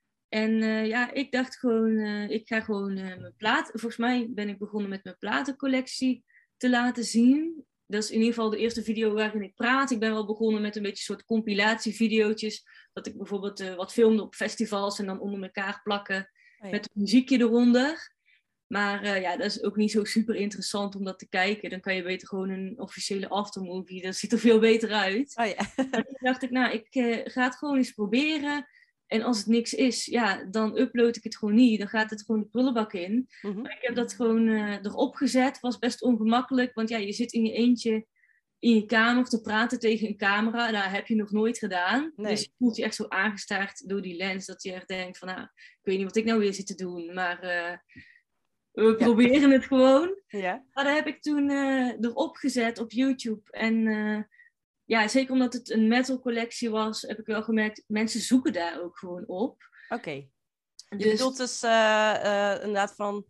En uh, ja, ik dacht gewoon, uh, ik ga gewoon uh, mijn platen, volgens mij ben ik begonnen met mijn platencollectie te laten zien. dat is in ieder geval de eerste video waarin ik praat. Ik ben wel begonnen met een beetje soort compilatievideootjes. Dat ik bijvoorbeeld uh, wat filmde op festivals en dan onder elkaar plakken oh ja. met een muziekje eronder. Maar uh, ja, dat is ook niet zo super interessant om dat te kijken. Dan kan je beter gewoon een officiële aftermovie. Dat ziet er veel beter uit. Oh ja. Maar toen dacht ik, nou, ik uh, ga het gewoon eens proberen. En als het niks is, ja, dan upload ik het gewoon niet. Dan gaat het gewoon de prullenbak in. Mm-hmm. Maar ik heb dat gewoon uh, erop gezet. Was best ongemakkelijk. Want ja, je zit in je eentje in je kamer te praten tegen een camera. Dat heb je nog nooit gedaan. Nee. Dus je voelt je echt zo aangestaard door die lens. Dat je echt denkt van, nou, ik weet niet wat ik nou weer zit te doen. Maar uh, we ja. proberen het gewoon. Ja. Maar dat heb ik toen uh, erop gezet op YouTube. En... Uh, Ja, zeker omdat het een metal collectie was, heb ik wel gemerkt, mensen zoeken daar ook gewoon op. Oké. Okay. Je dus... bedoelt dus uh, uh, inderdaad van,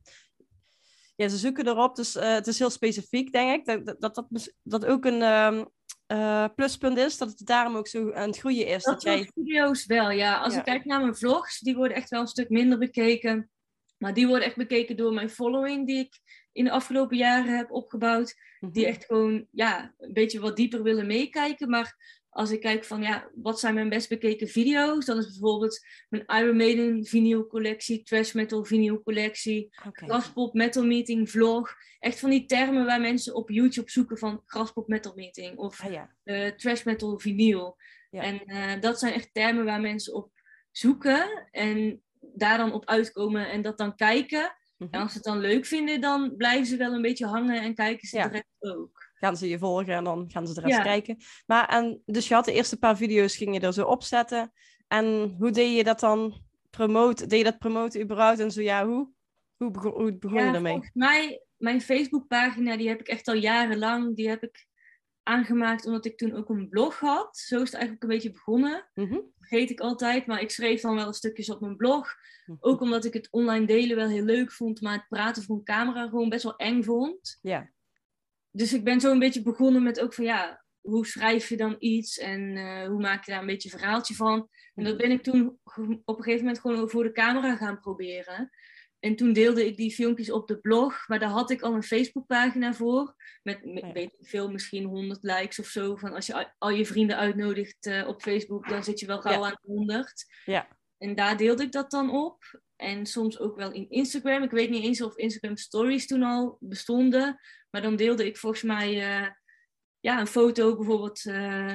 ja, ze zoeken erop, dus uh, het is heel specifiek, denk ik, dat dat, dat, dat ook een um, uh, pluspunt is, dat het daarom ook zo aan het groeien is. Dat, dat soort jij... video's wel, ja. Als ja. ik kijk naar mijn vlogs, die worden echt wel een stuk minder bekeken. Maar die worden echt bekeken door mijn following die ik in de afgelopen jaren heb opgebouwd. Mm-hmm. Die echt gewoon ja, een beetje wat dieper willen meekijken. Maar als ik kijk van ja, wat zijn mijn best bekeken video's? Dan is bijvoorbeeld mijn Iron Maiden vinyl collectie, Thrash Metal vinyl collectie, okay. Graspop Metal Meeting vlog. Echt van die termen waar mensen op YouTube zoeken van Graspop Metal Meeting of ah, ja. uh, Thrash Metal vinyl. Ja. En uh, dat zijn echt termen waar mensen op zoeken en daar dan op uitkomen en dat dan kijken. Mm-hmm. En als ze het dan leuk vinden, dan blijven ze wel een beetje hangen en kijken ze ja. de rest ook. Gaan ze je volgen en dan gaan ze de rest ja. kijken. Maar en, dus je had de eerste paar video's, ging je er zo opzetten. En hoe deed je dat dan promoten? Deed je dat promoten überhaupt? En zo ja, hoe? Hoe begon, hoe begon ja, je daarmee? Volgens mij, mijn Facebookpagina, die heb ik echt al jarenlang. Die heb ik aangemaakt omdat ik toen ook een blog had. Zo is het eigenlijk een beetje begonnen. Mm-hmm. Vergeet ik altijd, maar ik schreef dan wel stukjes op mijn blog. Ook omdat ik het online delen wel heel leuk vond, maar het praten voor een camera gewoon best wel eng vond. Ja. Dus ik ben zo een beetje begonnen met ook van ja, hoe schrijf je dan iets en uh, hoe maak je daar een beetje een verhaaltje van. En dat ben ik toen op een gegeven moment gewoon voor de camera gaan proberen. En toen deelde ik die filmpjes op de blog, maar daar had ik al een Facebookpagina voor. Met, met ja. weet ik veel, misschien honderd likes of zo. Van als je al je vrienden uitnodigt uh, op Facebook, dan zit je wel gauw ja. aan honderd. Ja. En daar deelde ik dat dan op. En soms ook wel in Instagram. Ik weet niet eens of Instagram stories toen al bestonden. Maar dan deelde ik volgens mij uh, ja, een foto bijvoorbeeld. Uh,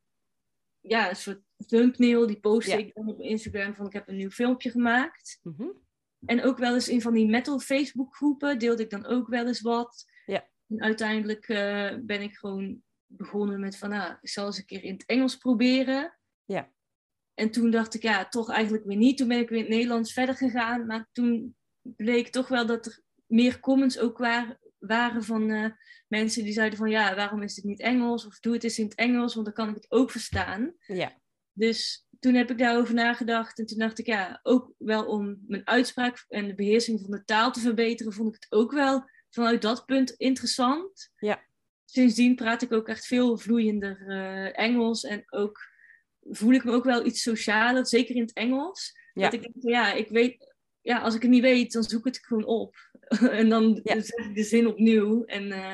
ja, een soort thumbnail. Die postte ja. ik dan op Instagram van ik heb een nieuw filmpje gemaakt. Mm-hmm. En ook wel eens in van die metal Facebook groepen deelde ik dan ook wel eens wat. Ja. En uiteindelijk uh, ben ik gewoon begonnen met van nou, ik zal eens een keer in het Engels proberen. Ja. En toen dacht ik, ja, toch eigenlijk weer niet. Toen ben ik weer in het Nederlands verder gegaan. Maar toen bleek toch wel dat er meer comments ook waren, waren van uh, mensen die zeiden van... ja, waarom is het niet Engels? Of doe het eens in het Engels, want dan kan ik het ook verstaan. Ja. Dus toen heb ik daarover nagedacht. En toen dacht ik, ja, ook wel om mijn uitspraak en de beheersing van de taal te verbeteren... vond ik het ook wel vanuit dat punt interessant. Ja. Sindsdien praat ik ook echt veel vloeiender uh, Engels en ook... voel ik me ook wel iets socialer, zeker in het Engels. Ja. Dat ik denk, ja, ik weet, ja, als ik het niet weet, dan zoek ik het gewoon op. en dan ja. zeg ik de zin opnieuw. En uh,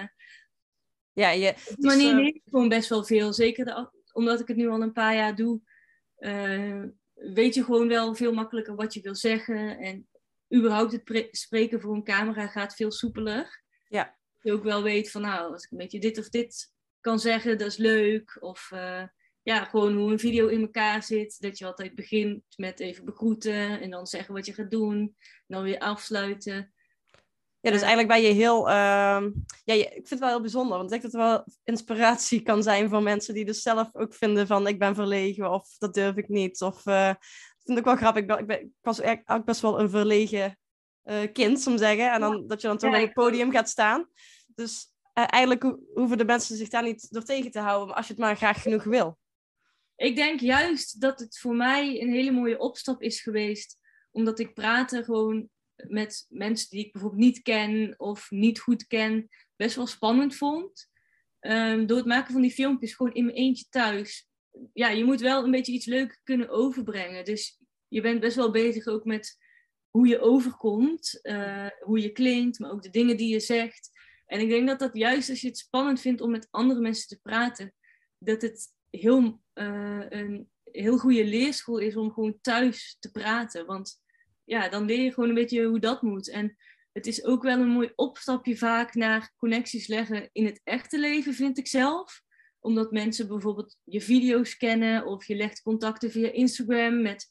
ja, je, op die manier leer ik gewoon best wel veel. Zeker de, omdat ik het nu al een paar jaar doe, uh, weet je gewoon wel veel makkelijker wat je wil zeggen. En überhaupt het pre- spreken voor een camera gaat veel soepeler. Ja. Je ook wel weet van, nou, als ik een beetje dit of dit kan zeggen, dat is leuk. Of... Uh, ja, gewoon hoe een video in elkaar zit. Dat je altijd begint met even begroeten. En dan zeggen wat je gaat doen. En dan weer afsluiten. Ja, dus eigenlijk ben je heel... Uh, ja, je, ik vind het wel heel bijzonder. Want ik denk dat het wel inspiratie kan zijn voor mensen die dus zelf ook vinden van... ik ben verlegen of dat durf ik niet. Of uh, dat vind ik wel grappig. Ik, ben, ik, ben, ik was eigenlijk best wel een verlegen uh, kind, zou ik zeggen. En dan, dat je dan toch ja, op het podium gaat staan. Dus uh, eigenlijk ho- hoeven de mensen zich daar niet door tegen te houden. Maar als je het maar graag genoeg wil. Ik denk juist dat het voor mij een hele mooie opstap is geweest. Omdat ik praten gewoon met mensen die ik bijvoorbeeld niet ken of niet goed ken, best wel spannend vond. Um, door het maken van die filmpjes gewoon in mijn eentje thuis. Ja, je moet wel een beetje iets leuks kunnen overbrengen. Dus je bent best wel bezig ook met hoe je overkomt, uh, hoe je klinkt, maar ook de dingen die je zegt. En ik denk dat dat juist als je het spannend vindt om met andere mensen te praten, dat het heel, uh, een heel goede leerschool is om gewoon thuis te praten. Want ja, dan leer je gewoon een beetje hoe dat moet. En het is ook wel een mooi opstapje vaak naar connecties leggen in het echte leven, vind ik zelf. Omdat mensen bijvoorbeeld je video's kennen of je legt contacten via Instagram met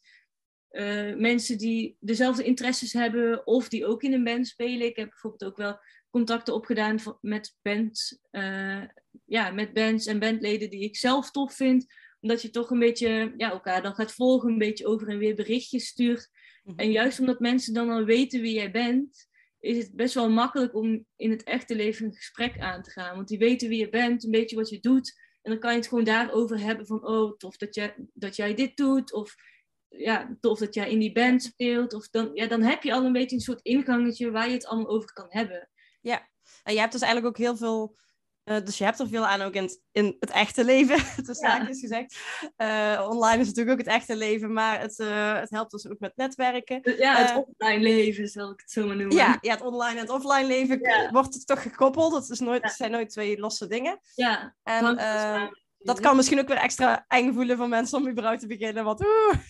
uh, mensen die dezelfde interesses hebben of die ook in een band spelen. Ik heb bijvoorbeeld ook wel contacten opgedaan met bands, uh, ja, met bands en bandleden die ik zelf tof vind. Omdat je toch een beetje ja, elkaar dan gaat volgen, een beetje over en weer berichtjes stuurt. Mm-hmm. En juist omdat mensen dan al weten wie jij bent, is het best wel makkelijk om in het echte leven een gesprek aan te gaan. Want die weten wie je bent, een beetje wat je doet. En dan kan je het gewoon daarover hebben van, oh, tof dat jij, dat jij dit doet. Of ja, tof dat jij in die band speelt. Of dan, ja, dan heb je al een beetje een soort ingangetje waar je het allemaal over kan hebben. Ja, en je hebt dus eigenlijk ook heel veel... Uh, dus je hebt er veel aan ook in het, in het echte leven, tussen haakjes gezegd. Uh, online is natuurlijk ook het echte leven, maar het, uh, het helpt dus ook met netwerken. Ja, het uh, offline leven, zal ik het zo maar noemen. Ja, ja het online en het offline leven ja. wordt het toch gekoppeld. Het, is nooit, ja. het zijn nooit twee losse dingen. Ja, en uh, dat kan misschien ook weer extra eng voelen voor mensen om überhaupt te beginnen. Want,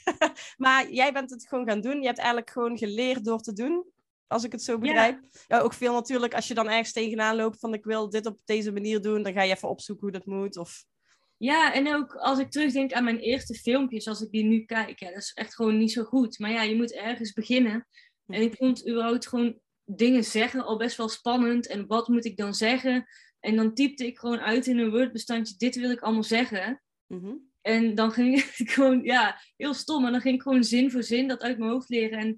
maar jij bent het gewoon gaan doen. Je hebt eigenlijk gewoon geleerd door te doen. Als ik het zo begrijp. Ja. Ja, ook veel natuurlijk, als je dan ergens tegenaan loopt van ik wil dit op deze manier doen, dan ga je even opzoeken hoe dat moet. Of... Ja, en ook als ik terugdenk aan mijn eerste filmpjes, als ik die nu kijk, ja, dat is echt gewoon niet zo goed. Maar ja, je moet ergens beginnen. En ik vond überhaupt gewoon dingen zeggen al best wel spannend. En wat moet ik dan zeggen? En dan typte ik gewoon uit in een Word-bestandje, dit wil ik allemaal zeggen. Mm-hmm. En dan ging ik gewoon, ja, heel stom. Maar dan ging ik gewoon zin voor zin dat uit mijn hoofd leren en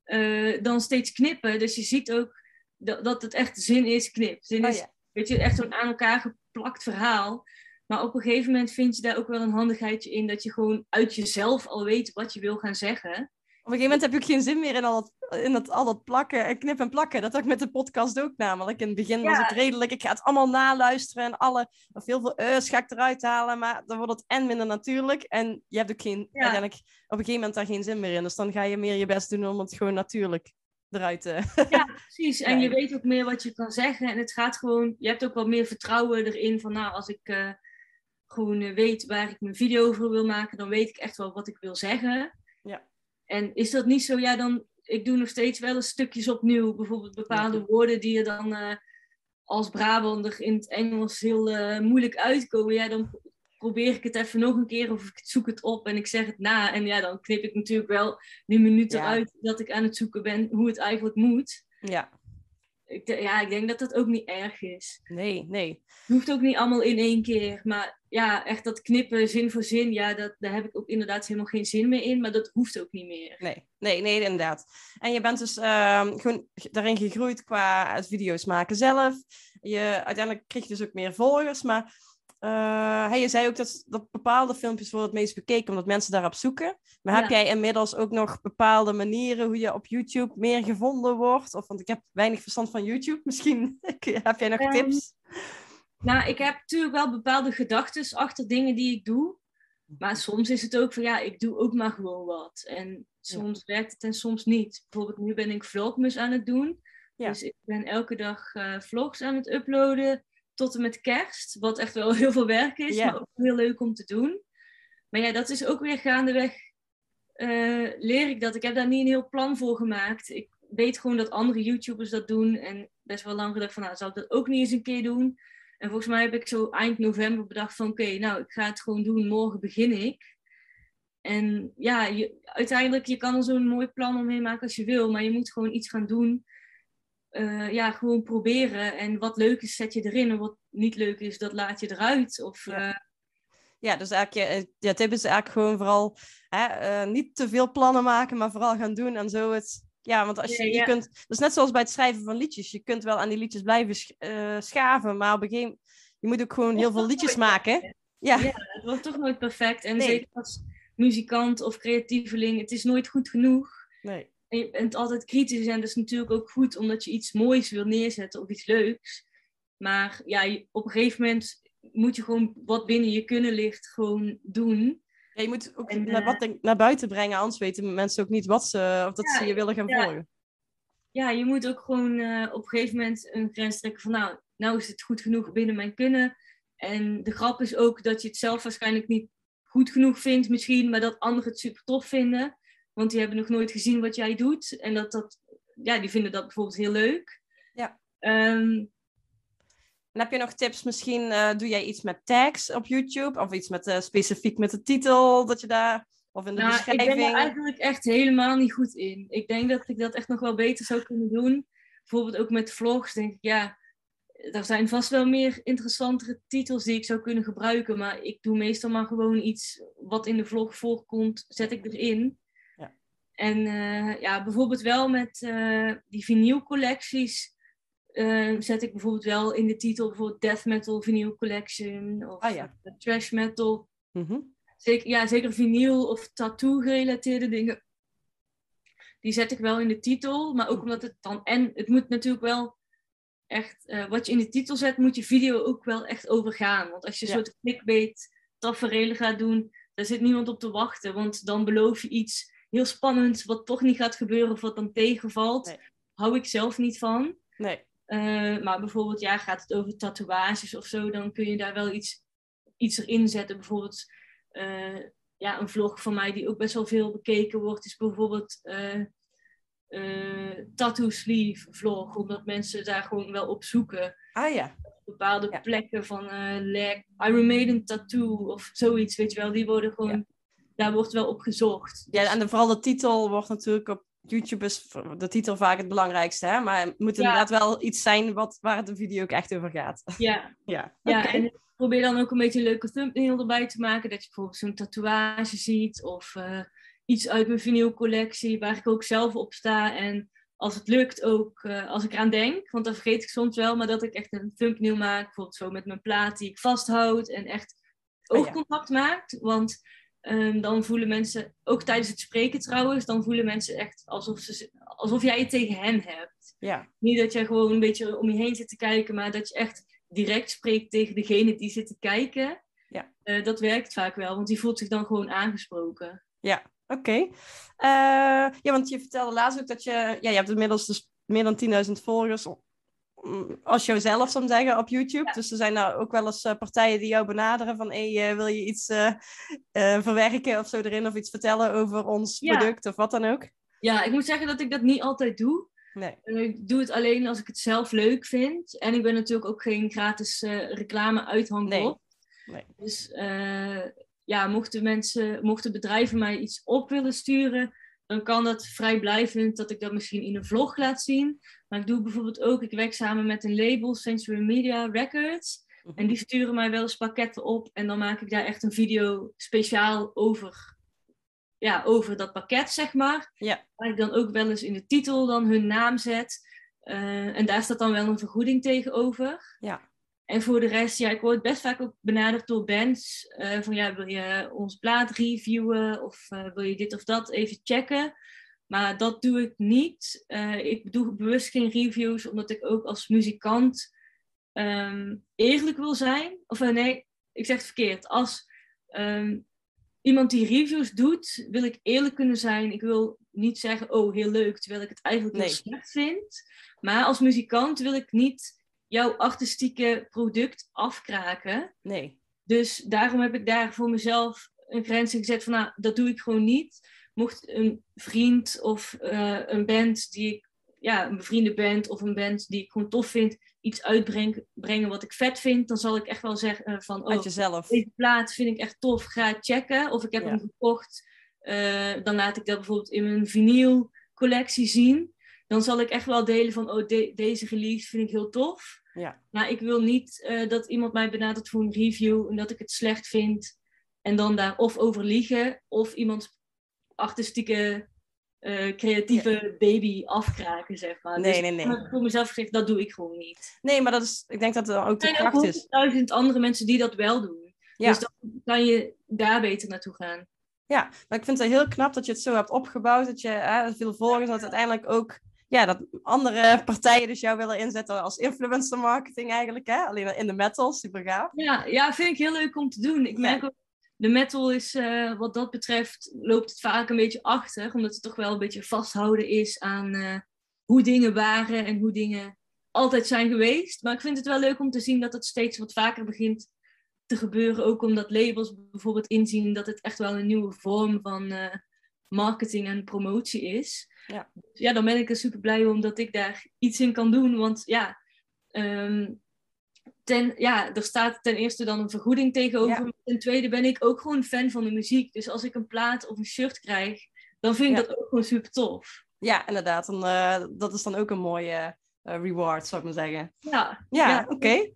Uh, dan steeds knippen. Dus je ziet ook dat, dat het echt zin is knip. Zin is, oh, ja. weet je, echt zo'n aan elkaar geplakt verhaal. Maar op een gegeven moment vind je daar ook wel een handigheidje in dat je gewoon uit jezelf al weet wat je wil gaan zeggen. Op een gegeven moment heb je ook geen zin meer in al dat, in dat, al dat plakken en knippen en plakken. Dat had ik met de podcast ook namelijk. In het begin ja. was ik redelijk, ik ga het allemaal naluisteren en alle, of heel veel eus ga ik eruit halen, maar dan wordt het en minder natuurlijk. En je hebt ook geen, ja. uiteindelijk op een gegeven moment daar geen zin meer in. Dus dan ga je meer je best doen om het gewoon natuurlijk eruit te... Ja, precies. En je weet ook meer wat je kan zeggen. En het gaat gewoon, je hebt ook wat meer vertrouwen erin van, nou, als ik uh, gewoon uh, weet waar ik mijn video over wil maken, dan weet ik echt wel wat ik wil zeggen. Ja. En is dat niet zo, ja, dan, ik doe nog steeds wel eens stukjes opnieuw. Bijvoorbeeld bepaalde woorden die er dan uh, als Brabander in het Engels heel uh, moeilijk uitkomen. Ja, dan probeer ik het even nog een keer of ik zoek het op en ik zeg het na. En ja, dan knip ik natuurlijk wel die minuten ja. uit dat ik aan het zoeken ben hoe het eigenlijk moet. Ja. Ik, ja, ik denk dat dat ook niet erg is. Nee, nee. Het hoeft ook niet allemaal in één keer. Maar ja, echt dat knippen zin voor zin, ja, dat, daar heb ik ook inderdaad helemaal geen zin meer in. Maar dat hoeft ook niet meer. Nee, nee, nee, inderdaad. En je bent dus uh, gewoon daarin gegroeid qua het video's maken zelf. Je, uiteindelijk kreeg je dus ook meer volgers. Maar uh, hey, je zei ook dat, dat bepaalde filmpjes worden het meest bekeken, omdat mensen daarop zoeken. Maar ja. heb jij inmiddels ook nog bepaalde manieren hoe je op YouTube meer gevonden wordt? Of, want ik heb weinig verstand van YouTube. Misschien heb jij nog um, tips? Nou, ik heb natuurlijk wel bepaalde gedachten achter dingen die ik doe. Maar soms is het ook van, ja, ik doe ook maar gewoon wat. En soms ja. werkt het en soms niet. Bijvoorbeeld nu ben ik vlogmas aan het doen. Ja. Dus ik ben elke dag uh, vlogs aan het uploaden tot en met kerst. Wat echt wel heel veel werk is, ja. maar ook heel leuk om te doen. Maar ja, dat is ook weer gaandeweg uh, leer ik dat. Ik heb daar niet een heel plan voor gemaakt. Ik weet gewoon dat andere YouTubers dat doen. En best wel lang gedacht van, nou, zou ik dat ook niet eens een keer doen? En volgens mij heb ik zo eind november bedacht van, oké, okay, nou, ik ga het gewoon doen. Morgen begin ik. En ja, je, uiteindelijk, je kan er zo'n mooi plan omheen maken als je wil. Maar je moet gewoon iets gaan doen. Uh, ja, gewoon proberen. En wat leuk is, zet je erin. En wat niet leuk is, dat laat je eruit. Of... Uh, ja. Ja, dus eigenlijk, ja, tip is eigenlijk gewoon vooral hè, uh, niet te veel plannen maken, maar vooral gaan doen en zo het... Ja, want als je, ja, ja. je kunt... Dat is net zoals bij het schrijven van liedjes. Je kunt wel aan die liedjes blijven sch- uh, schaven, maar op een gegeven moment... Je moet ook gewoon heel veel liedjes maken. Ja. ja, het wordt toch nooit perfect. En nee. zeker als muzikant of creatieveling, het is nooit goed genoeg. Nee. En je bent altijd kritisch en dat is natuurlijk ook goed, omdat je iets moois wil neerzetten of iets leuks. Maar ja, je, op een gegeven moment... moet je gewoon wat binnen je kunnen ligt gewoon doen. Ja, je moet ook en, naar, wat, naar buiten brengen, anders weten mensen ook niet wat ze, of dat ja, ze je willen gaan ja. volgen. Ja, je moet ook gewoon uh, op een gegeven moment een grens trekken van, nou, nou is het goed genoeg binnen mijn kunnen. En de grap is ook dat je het zelf waarschijnlijk niet goed genoeg vindt misschien, maar dat anderen het super tof vinden. Want die hebben nog nooit gezien wat jij doet. En dat dat, ja, die vinden dat bijvoorbeeld heel leuk. Ja. Um, En heb je nog tips? Misschien uh, doe jij iets met tags op YouTube? Of iets met, uh, specifiek met de titel, dat je daar... Of in de nou, beschrijving? ik ben er eigenlijk echt helemaal niet goed in. Ik denk dat ik dat echt nog wel beter zou kunnen doen. Bijvoorbeeld ook met vlogs, denk ik, ja... Er zijn vast wel meer interessantere titels die ik zou kunnen gebruiken. Maar ik doe meestal maar gewoon iets wat in de vlog voorkomt, zet ik erin. Ja. En uh, ja, bijvoorbeeld wel met uh, die vinylcollecties... Uh, zet ik bijvoorbeeld wel in de titel bijvoorbeeld Death Metal Vinyl Collection of ah, ja. uh, Trash Metal. Mm-hmm. Zeker, ja, zeker vinyl of tattoo gerelateerde dingen. Die zet ik wel in de titel, maar ook omdat het dan... En het moet natuurlijk wel echt... Uh, wat je in de titel zet, moet je video ook wel echt overgaan. Want als je ja. een soort clickbait taferelen gaat doen, daar zit niemand op te wachten. Want dan beloof je iets heel spannends wat toch niet gaat gebeuren of wat dan tegenvalt. Nee. Hou ik zelf niet van. Nee. Uh, maar bijvoorbeeld, ja, gaat het over tatoeages of zo, dan kun je daar wel iets, iets erin zetten. Bijvoorbeeld, uh, ja, een vlog van mij die ook best wel veel bekeken wordt, is bijvoorbeeld uh, uh, tattoo sleeve vlog, omdat mensen daar gewoon wel op zoeken. Ah ja. Bepaalde ja. plekken van uh, leg, Iron Maiden tattoo of zoiets, weet je wel, die worden gewoon, ja. daar wordt wel op gezocht. Ja, en de, vooral de titel wordt natuurlijk op YouTube is de titel vaak het belangrijkste, hè? Maar het moet inderdaad ja. wel iets zijn wat, waar de video ook echt over gaat. Ja, ja. ja okay. En ik probeer dan ook een beetje een leuke thumbnail erbij te maken. Dat je bijvoorbeeld zo'n tatoeage ziet of uh, iets uit mijn vinylcollectie waar ik ook zelf op sta. En als het lukt ook, uh, als ik eraan denk, want dan vergeet ik soms wel, maar dat ik echt een thumbnail maak, bijvoorbeeld zo met mijn plaat die ik vasthoud en echt oogcontact oh, ja. maakt. Want Um, dan voelen mensen, ook tijdens het spreken trouwens, dan voelen mensen echt alsof, ze, alsof jij het tegen hen hebt. Ja. Niet dat jij gewoon een beetje om je heen zit te kijken, maar dat je echt direct spreekt tegen degene die zit te kijken. Ja. Uh, dat werkt vaak wel, want die voelt zich dan gewoon aangesproken. Ja, oké. Okay. Uh, ja, want je vertelde laatst ook dat je, ja, je hebt inmiddels dus meer dan tienduizend volgers als jouzelf, zou ik zeggen, op YouTube. Ja. Dus er zijn nou ook wel eens uh, partijen die jou benaderen van, hey, uh, wil je iets uh, uh, verwerken of zo erin, of iets vertellen over ons ja. product of wat dan ook? Ja, ik moet zeggen dat ik dat niet altijd doe. Nee. Uh, ik doe het alleen als ik het zelf leuk vind. En ik ben natuurlijk ook geen gratis uh, reclame uithangbord. Nee. Nee. Dus uh, ja, mochten mensen, mochten bedrijven mij iets op willen sturen, dan kan dat vrijblijvend dat ik dat misschien in een vlog laat zien. Maar ik doe bijvoorbeeld ook, ik werk samen met een label, Sensory Media Records. Mm-hmm. En die sturen mij wel eens pakketten op. En dan maak ik daar echt een video speciaal over, ja, over dat pakket, zeg maar. Ja. Waar ik dan ook wel eens in de titel dan hun naam zet. Uh, en daar staat dan wel een vergoeding tegenover. Ja. En voor de rest, ja, ik word best vaak ook benaderd door bands. Uh, van ja, wil je ons plaat reviewen? Of uh, wil je dit of dat even checken? Maar dat doe ik niet. Uh, ik doe bewust geen reviews, omdat ik ook als muzikant um, eerlijk wil zijn. Of uh, nee, ik zeg het verkeerd. Als um, iemand die reviews doet, wil ik eerlijk kunnen zijn. Ik wil niet zeggen, oh, heel leuk, terwijl ik het eigenlijk nee. heel slecht vind. Maar als muzikant wil ik niet jouw artistieke product afkraken. Nee. Dus daarom heb ik daar voor mezelf een grens in gezet van, nou, dat doe ik gewoon niet. Mocht een vriend of uh, een band die ik, ja, een bevriende band of een band die ik gewoon tof vind, iets uitbrengen wat ik vet vind, dan zal ik echt wel zeggen uh, van, oh, jezelf. Deze plaat vind ik echt tof, ga checken. Of ik heb ja. hem gekocht, uh, dan laat ik dat bijvoorbeeld in mijn vinyl collectie zien. Dan zal ik echt wel delen van, oh, de- deze release vind ik heel tof. Ja. Maar ik wil niet uh, dat iemand mij benadert voor een review en dat ik het slecht vind. En dan daar of over liegen, of iemands artistieke, uh, creatieve ja. baby afkraken, zeg maar. Nee, dus nee, nee. Ik heb voor mezelf gezegd, dat doe ik gewoon niet. Nee, maar dat is, ik denk dat dat ook de kracht is. Er zijn ook duizend andere mensen die dat wel doen. Ja. Dus dan kan je daar beter naartoe gaan. Ja, maar ik vind het heel knap dat je het zo hebt opgebouwd, dat je hè, veel volgers, dat uiteindelijk ook, ja, dat andere partijen dus jou willen inzetten als influencer marketing eigenlijk, hè? Alleen in de metal, super gaaf. Ja, ja, vind ik heel leuk om te doen. Ik merk ja. ook, de metal is, uh, wat dat betreft, loopt het vaak een beetje achter, omdat het toch wel een beetje vasthouden is aan uh, hoe dingen waren en hoe dingen altijd zijn geweest. Maar ik vind het wel leuk om te zien dat het steeds wat vaker begint te gebeuren. Ook omdat labels bijvoorbeeld inzien dat het echt wel een nieuwe vorm van uh, marketing en promotie is. Ja. Ja, dan ben ik er super blij om dat ik daar iets in kan doen. Want ja, um, ten, ja, er staat ten eerste dan een vergoeding tegenover. Ja. Ten tweede ben ik ook gewoon fan van de muziek. Dus als ik een plaat of een shirt krijg, dan vind ik ja. dat ook gewoon super tof. Ja, inderdaad. Dan, uh, dat is dan ook een mooie uh, reward, zou ik maar zeggen. Ja, ja, ja. oké. Okay.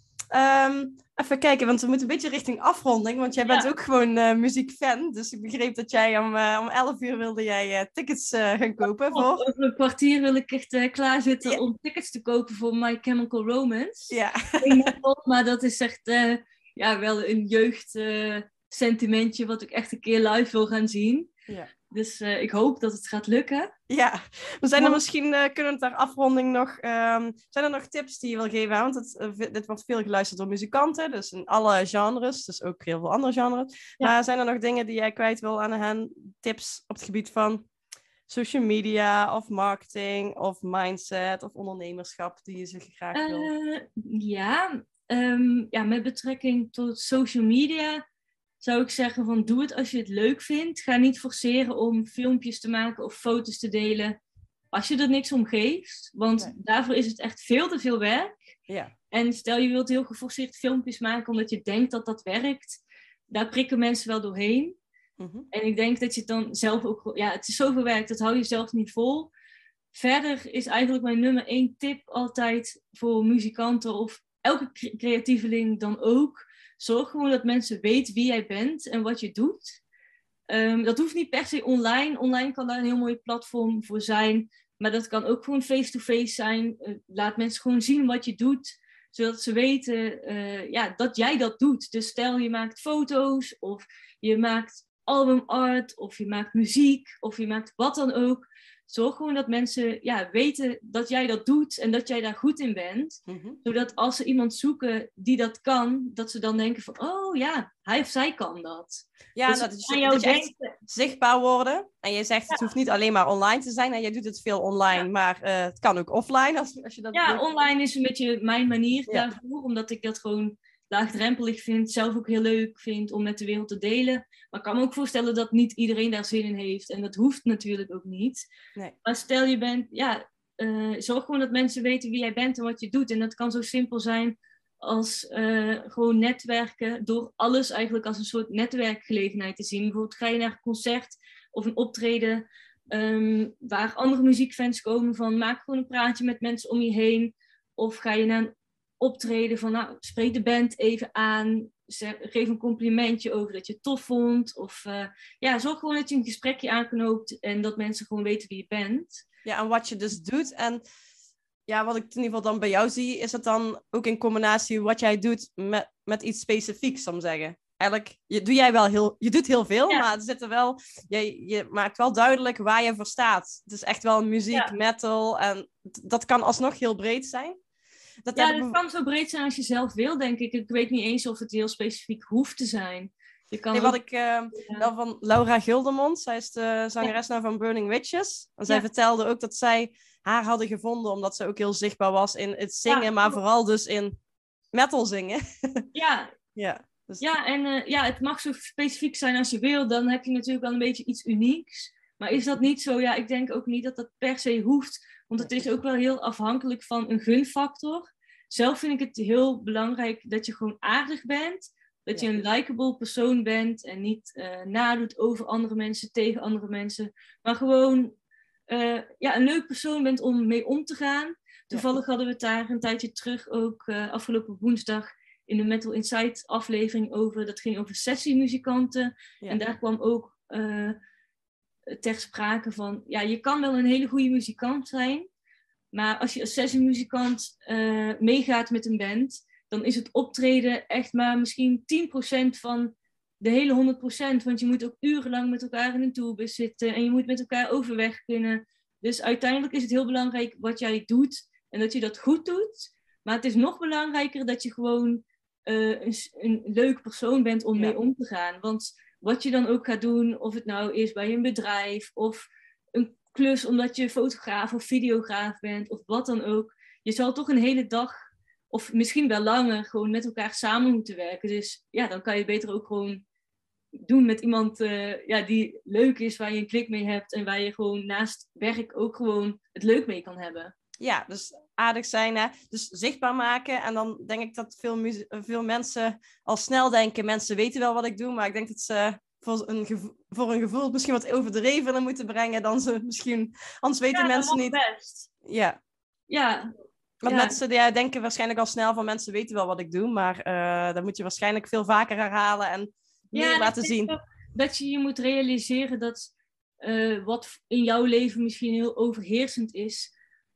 Um, even kijken, want we moeten een beetje richting afronding. Want jij bent ja. ook gewoon uh, muziekfan. Dus ik begreep dat jij om, uh, om elf uur wilde jij uh, tickets uh, gaan kopen. Voor... Over een kwartier wil ik echt uh, klaarzitten ja. om tickets te kopen voor My Chemical Romance. Ja. Maar dat is echt uh, ja, wel een jeugd uh, sentimentje wat ik echt een keer live wil gaan zien. Ja. Dus uh, ik hoop dat het gaat lukken. Ja, we zijn er misschien, uh, kunnen we ter afronding nog... Um, zijn er nog tips die je wil geven? Want het, uh, dit wordt veel geluisterd door muzikanten, dus in alle genres, dus ook heel veel andere genres. Ja. Maar zijn er nog dingen die jij kwijt wil aan hen? Tips op het gebied van social media, of marketing, of mindset, of ondernemerschap, die je ze graag wil? Uh, ja, um, ja, met betrekking tot social media... zou ik zeggen van doe het als je het leuk vindt. Ga niet forceren om filmpjes te maken of foto's te delen als je er niks om geeft. Want nee. daarvoor is het echt veel te veel werk. Ja. En stel je wilt heel geforceerd filmpjes maken omdat je denkt dat dat werkt. Daar prikken mensen wel doorheen. Mm-hmm. En ik denk dat je het dan zelf ook... Ja, het is zoveel werk, dat hou je zelf niet vol. Verder is eigenlijk mijn nummer één tip altijd voor muzikanten of elke cre- creatieveling dan ook... Zorg gewoon dat mensen weten wie jij bent en wat je doet. Um, dat hoeft niet per se online. Online kan daar een heel mooi platform voor zijn. Maar dat kan ook gewoon face-to-face zijn. Uh, laat mensen gewoon zien wat je doet. Zodat ze weten uh, ja, dat jij dat doet. Dus stel je maakt foto's of je maakt albumart of je maakt muziek of je maakt wat dan ook. Zorg gewoon dat mensen ja, weten dat jij dat doet en dat jij daar goed in bent. Mm-hmm. Zodat als ze iemand zoeken die dat kan, dat ze dan denken van, oh ja, hij of zij kan dat. Ja, dat, dat, je, dat je echt zichtbaar worden. En je zegt, het ja. hoeft niet alleen maar online te zijn. En jij doet het veel online, ja. maar uh, het kan ook offline. Als, als je dat ja, doet. Online is een beetje mijn manier ja. daarvoor. Omdat ik dat gewoon laagdrempelig vind. Zelf ook heel leuk vind om met de wereld te delen. Maar ik kan me ook voorstellen dat niet iedereen daar zin in heeft. En dat hoeft natuurlijk ook niet. Nee. Maar stel je bent, ja, uh, zorg gewoon dat mensen weten wie jij bent en wat je doet. En dat kan zo simpel zijn als uh, gewoon netwerken. Door alles eigenlijk als een soort netwerkgelegenheid te zien. Bijvoorbeeld ga je naar een concert of een optreden um, waar andere muziekfans komen van maak gewoon een praatje met mensen om je heen. Of ga je naar een optreden van nou, spreek de band even aan. Zeg, geef een complimentje over dat je het tof vond. Of uh, ja, zorg gewoon dat je een gesprekje aanknoopt en dat mensen gewoon weten wie je bent. Ja, en wat je dus doet. En ja, wat ik in ieder geval dan bij jou zie, is het dan ook in combinatie wat jij doet met, met iets specifieks, zou ik zeggen. Eigenlijk, je, doe jij wel heel, je doet heel veel, ja. maar er zit er wel, je, je maakt wel duidelijk waar je voor staat. Het is echt wel muziek, ja. metal, en dat kan alsnog heel breed zijn. Dat ja, het be- kan zo breed zijn als je zelf wil, denk ik. Ik weet niet eens of het heel specifiek hoeft te zijn. Je kan nee, ook... wat ik uh, ja. wel van Laura Gildermond, zij is de zangeres ja. nou van Burning Witches. En zij ja. vertelde ook dat zij haar hadden gevonden, omdat ze ook heel zichtbaar was in het zingen, ja. maar vooral dus in metal zingen. Ja, ja, dus... ja en uh, ja, het mag zo specifiek zijn als je wil. Dan heb je natuurlijk wel een beetje iets unieks. Maar is dat niet zo? Ja, ik denk ook niet dat dat per se hoeft. Want het is ook wel heel afhankelijk van een gunfactor. Zelf vind ik het heel belangrijk dat je gewoon aardig bent. Dat je een likable persoon bent. En niet uh, nadoet over andere mensen, tegen andere mensen. Maar gewoon uh, ja, een leuk persoon bent om mee om te gaan. Toevallig hadden we het daar een tijdje terug ook uh, afgelopen woensdag in de Metal Insight aflevering over. Dat ging over sessiemuzikanten. Ja. En daar kwam ook... Uh, ter sprake van, ja, je kan wel een hele goede muzikant zijn, maar als je als sessiemuzikant uh, meegaat met een band, dan is het optreden echt maar misschien tien procent van de hele honderd procent, want je moet ook urenlang met elkaar in een tourbus zitten en je moet met elkaar overweg kunnen. Dus uiteindelijk is het heel belangrijk wat jij doet en dat je dat goed doet, maar het is nog belangrijker dat je gewoon uh, een, een leuk persoon bent om ja. mee om te gaan, want wat je dan ook gaat doen, of het nou is bij een bedrijf of een klus omdat je fotograaf of videograaf bent of wat dan ook. je zal toch een hele dag, of misschien wel langer, gewoon met elkaar samen moeten werken. Dus ja, dan kan je beter ook gewoon doen met iemand uh, ja, die leuk is, waar je een klik mee hebt en waar je gewoon naast werk ook gewoon het leuk mee kan hebben. Ja, dus aardig zijn, hè? Dus zichtbaar maken. En dan denk ik dat veel, mu- veel mensen al snel denken, mensen weten wel wat ik doe, maar ik denk dat ze voor een, gevo- voor een gevoel misschien wat overdrevener moeten brengen dan ze misschien, anders weten Ja, dat mensen mag niet. best. Ja. Ja. Want ja. mensen ja, denken waarschijnlijk al snel van mensen weten wel wat ik doe, maar uh, dan moet je waarschijnlijk veel vaker herhalen en meer ja, laten zien. Dat, dat je je moet realiseren dat uh, wat in jouw leven misschien heel overheersend is,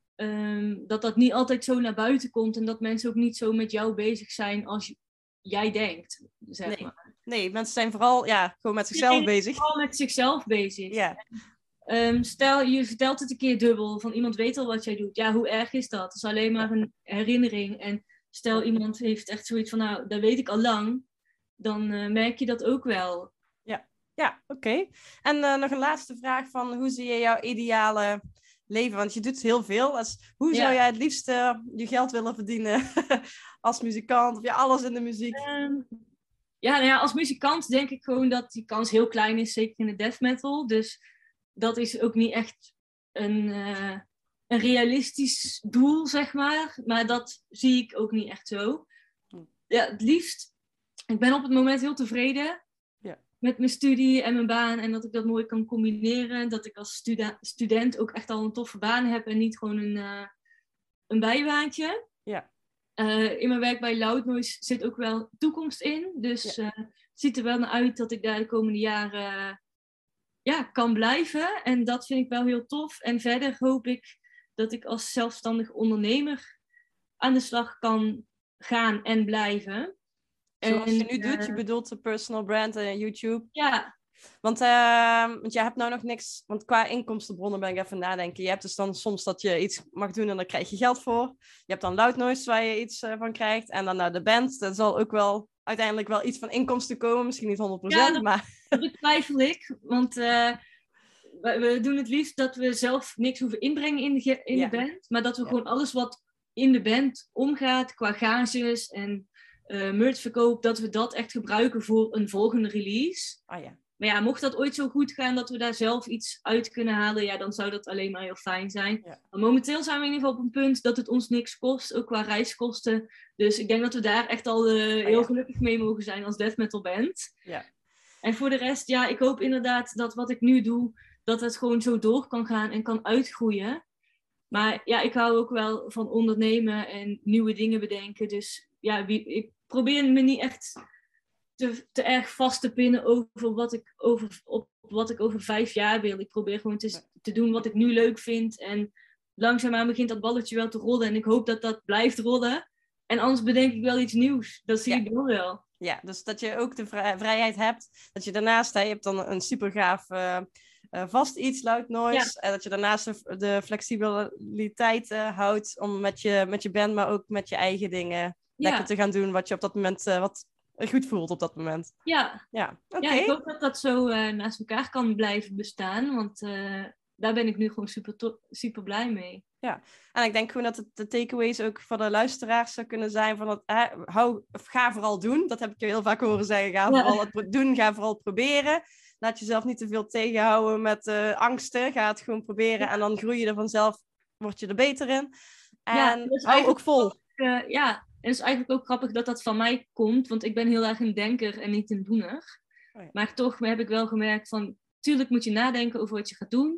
um, dat dat niet altijd zo naar buiten komt en dat mensen ook niet zo met jou bezig zijn als j- jij denkt, zeg nee. maar. Nee, mensen zijn vooral ja, gewoon met zichzelf Iedereen bezig. is vooral met zichzelf bezig. Ja. Um, stel, je vertelt het een keer dubbel, van iemand weet al wat jij doet. Ja, hoe erg is dat? Het is alleen maar een herinnering. En stel, iemand heeft echt zoiets van, nou, dat weet ik al lang. Dan uh, merk je dat ook wel. Ja, ja oké. Okay. En uh, nog een laatste vraag van, hoe zie je jouw ideale leven? Want je doet heel veel. Dus hoe ja. zou jij het liefst uh, je geld willen verdienen als muzikant? Of ja, alles in de muziek? Um, ja, nou ja, als muzikant denk ik gewoon dat die kans heel klein is, zeker in de death metal. Dus dat is ook niet echt een, uh, een realistisch doel, zeg maar. Maar dat zie ik ook niet echt zo. Ja, het liefst, ik ben op het moment heel tevreden ja. met mijn studie en mijn baan. En dat ik dat mooi kan combineren. Dat ik als studa- student ook echt al een toffe baan heb en niet gewoon een, uh, een bijbaantje. Ja. Uh, in mijn werk bij Loud Noise zit ook wel toekomst in. Dus ja. uh, het ziet er wel naar uit dat ik daar de komende jaren uh, ja, kan blijven. En dat vind ik wel heel tof. En verder hoop ik dat ik als zelfstandig ondernemer aan de slag kan gaan en blijven. Zoals en, je nu uh, doet, je bedoelt de personal brand en YouTube. Ja. Want, uh, want jij hebt nou nog niks, want qua inkomstenbronnen ben ik even nadenken. Je hebt dus dan soms dat je iets mag doen en daar krijg je geld voor. Je hebt dan Loud Noise waar je iets uh, van krijgt. En dan nou, de band, dat zal ook wel uiteindelijk wel iets van inkomsten komen. Misschien niet honderd procent, ja, dat, maar... dat betwijfel ik. Want uh, we, we doen het liefst dat we zelf niks hoeven inbrengen in de, in ja. de band. Maar dat we ja. gewoon alles wat in de band omgaat, qua gages en uh, merchverkoop, dat we dat echt gebruiken voor een volgende release. Oh ja. Maar ja, mocht dat ooit zo goed gaan dat we daar zelf iets uit kunnen halen, ja, dan zou dat alleen maar heel fijn zijn. Ja. Maar momenteel zijn we in ieder geval op een punt dat het ons niks kost, ook qua reiskosten. Dus ik denk dat we daar echt al uh, heel oh ja. gelukkig mee mogen zijn als death metal band. Ja. En voor de rest, ja, ik hoop inderdaad dat wat ik nu doe, dat het gewoon zo door kan gaan en kan uitgroeien. Maar ja, ik hou ook wel van ondernemen en nieuwe dingen bedenken. Dus ja, wie, ik probeer me niet echt te, te erg vast te pinnen over wat, ik over, op wat ik over vijf jaar wil. Ik probeer gewoon te, te doen wat ik nu leuk vind. En langzaamaan begint dat balletje wel te rollen. En ik hoop dat dat blijft rollen. En anders bedenk ik wel iets nieuws. Dat zie ja. ik dan wel. Ja, dus dat je ook de vrij, vrijheid hebt. Dat je daarnaast, hè, je hebt dan een super gaaf uh, uh, vast iets, Loud Noise. Ja. En dat je daarnaast de, de flexibiliteit uh, houdt om met je, met je band, maar ook met je eigen dingen ja. lekker te gaan doen. Wat je op dat moment uh, wat goed voelt op dat moment. Ja, ja. Okay. ja ik hoop dat dat zo uh, naast elkaar kan blijven bestaan. Want uh, daar ben ik nu gewoon super, to- super blij mee. Ja, en ik denk gewoon dat het de takeaways ook voor de luisteraars zou kunnen zijn van het, eh, hou, ga vooral doen. Dat heb ik je heel vaak horen zeggen. Ga vooral ja. het doen, ga vooral het proberen. Laat jezelf niet te veel tegenhouden met uh, angsten. Ga het gewoon proberen ja. en dan groei je er vanzelf, word je er beter in. En ja, dus hou ook vol. Ook, uh, ja, en het is eigenlijk ook grappig dat dat van mij komt, want ik ben heel erg een denker en niet een doener. Oh ja. Maar toch heb ik wel gemerkt van, tuurlijk moet je nadenken over wat je gaat doen.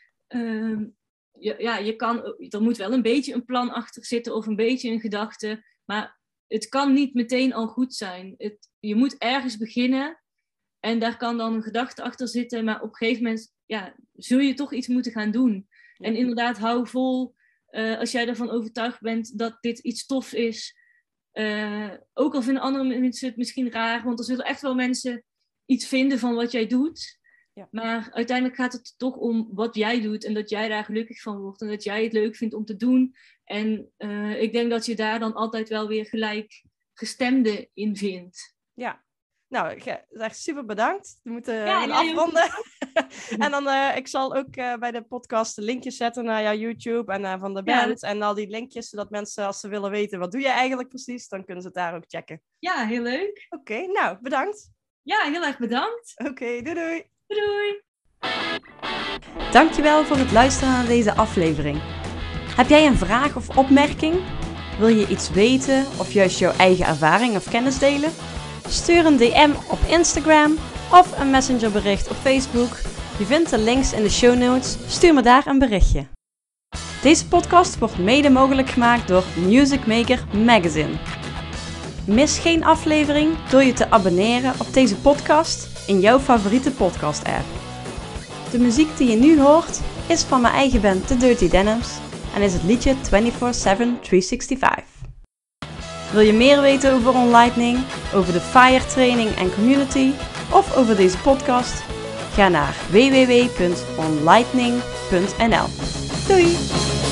Um, Ja, ja, je kan, er moet wel een beetje een plan achter zitten of een beetje een gedachte. Maar het kan niet meteen al goed zijn. Het, je moet ergens beginnen en daar kan dan een gedachte achter zitten. Maar op een gegeven moment ja, zul je toch iets moeten gaan doen. Ja. En inderdaad, hou vol. Uh, als jij ervan overtuigd bent dat dit iets tofs is. Uh, ook al vinden andere mensen het misschien raar. Want er zullen echt wel mensen iets vinden van wat jij doet. Ja. Maar uiteindelijk gaat het toch om wat jij doet en dat jij daar gelukkig van wordt en dat jij het leuk vindt om te doen. En uh, ik denk dat je daar dan altijd wel weer gelijk gestemde in vindt. Ja, nou, echt super bedankt. We moeten ja, afronden. En dan, uh, ik zal ook uh, bij de podcast de linkjes zetten naar jouw YouTube en uh, van de band. Ja. En al die linkjes, zodat mensen, als ze willen weten, wat doe je eigenlijk precies, dan kunnen ze het daar ook checken. Ja, heel leuk. Oké, okay, nou, bedankt. Ja, heel erg bedankt. Oké, okay, doei doei. Doei doei. Dankjewel voor het luisteren naar deze aflevering. Heb jij een vraag of opmerking? Wil je iets weten of juist jouw eigen ervaring of kennis delen? Stuur een D M op Instagram of een messengerbericht op Facebook. Je vindt de links in de show notes. Stuur me daar een berichtje. Deze podcast wordt mede mogelijk gemaakt door Music Maker Magazine. Mis geen aflevering door je te abonneren op deze podcast in jouw favoriete podcast app. De muziek die je nu hoort is van mijn eigen band The Dirty Denims en is het liedje vierentwintig zeven driehonderdzesenzestig. Wil je meer weten over OnLightning, over de FIRE training en community of over deze podcast? Ga naar w w w punt onlightning punt n l. Doei!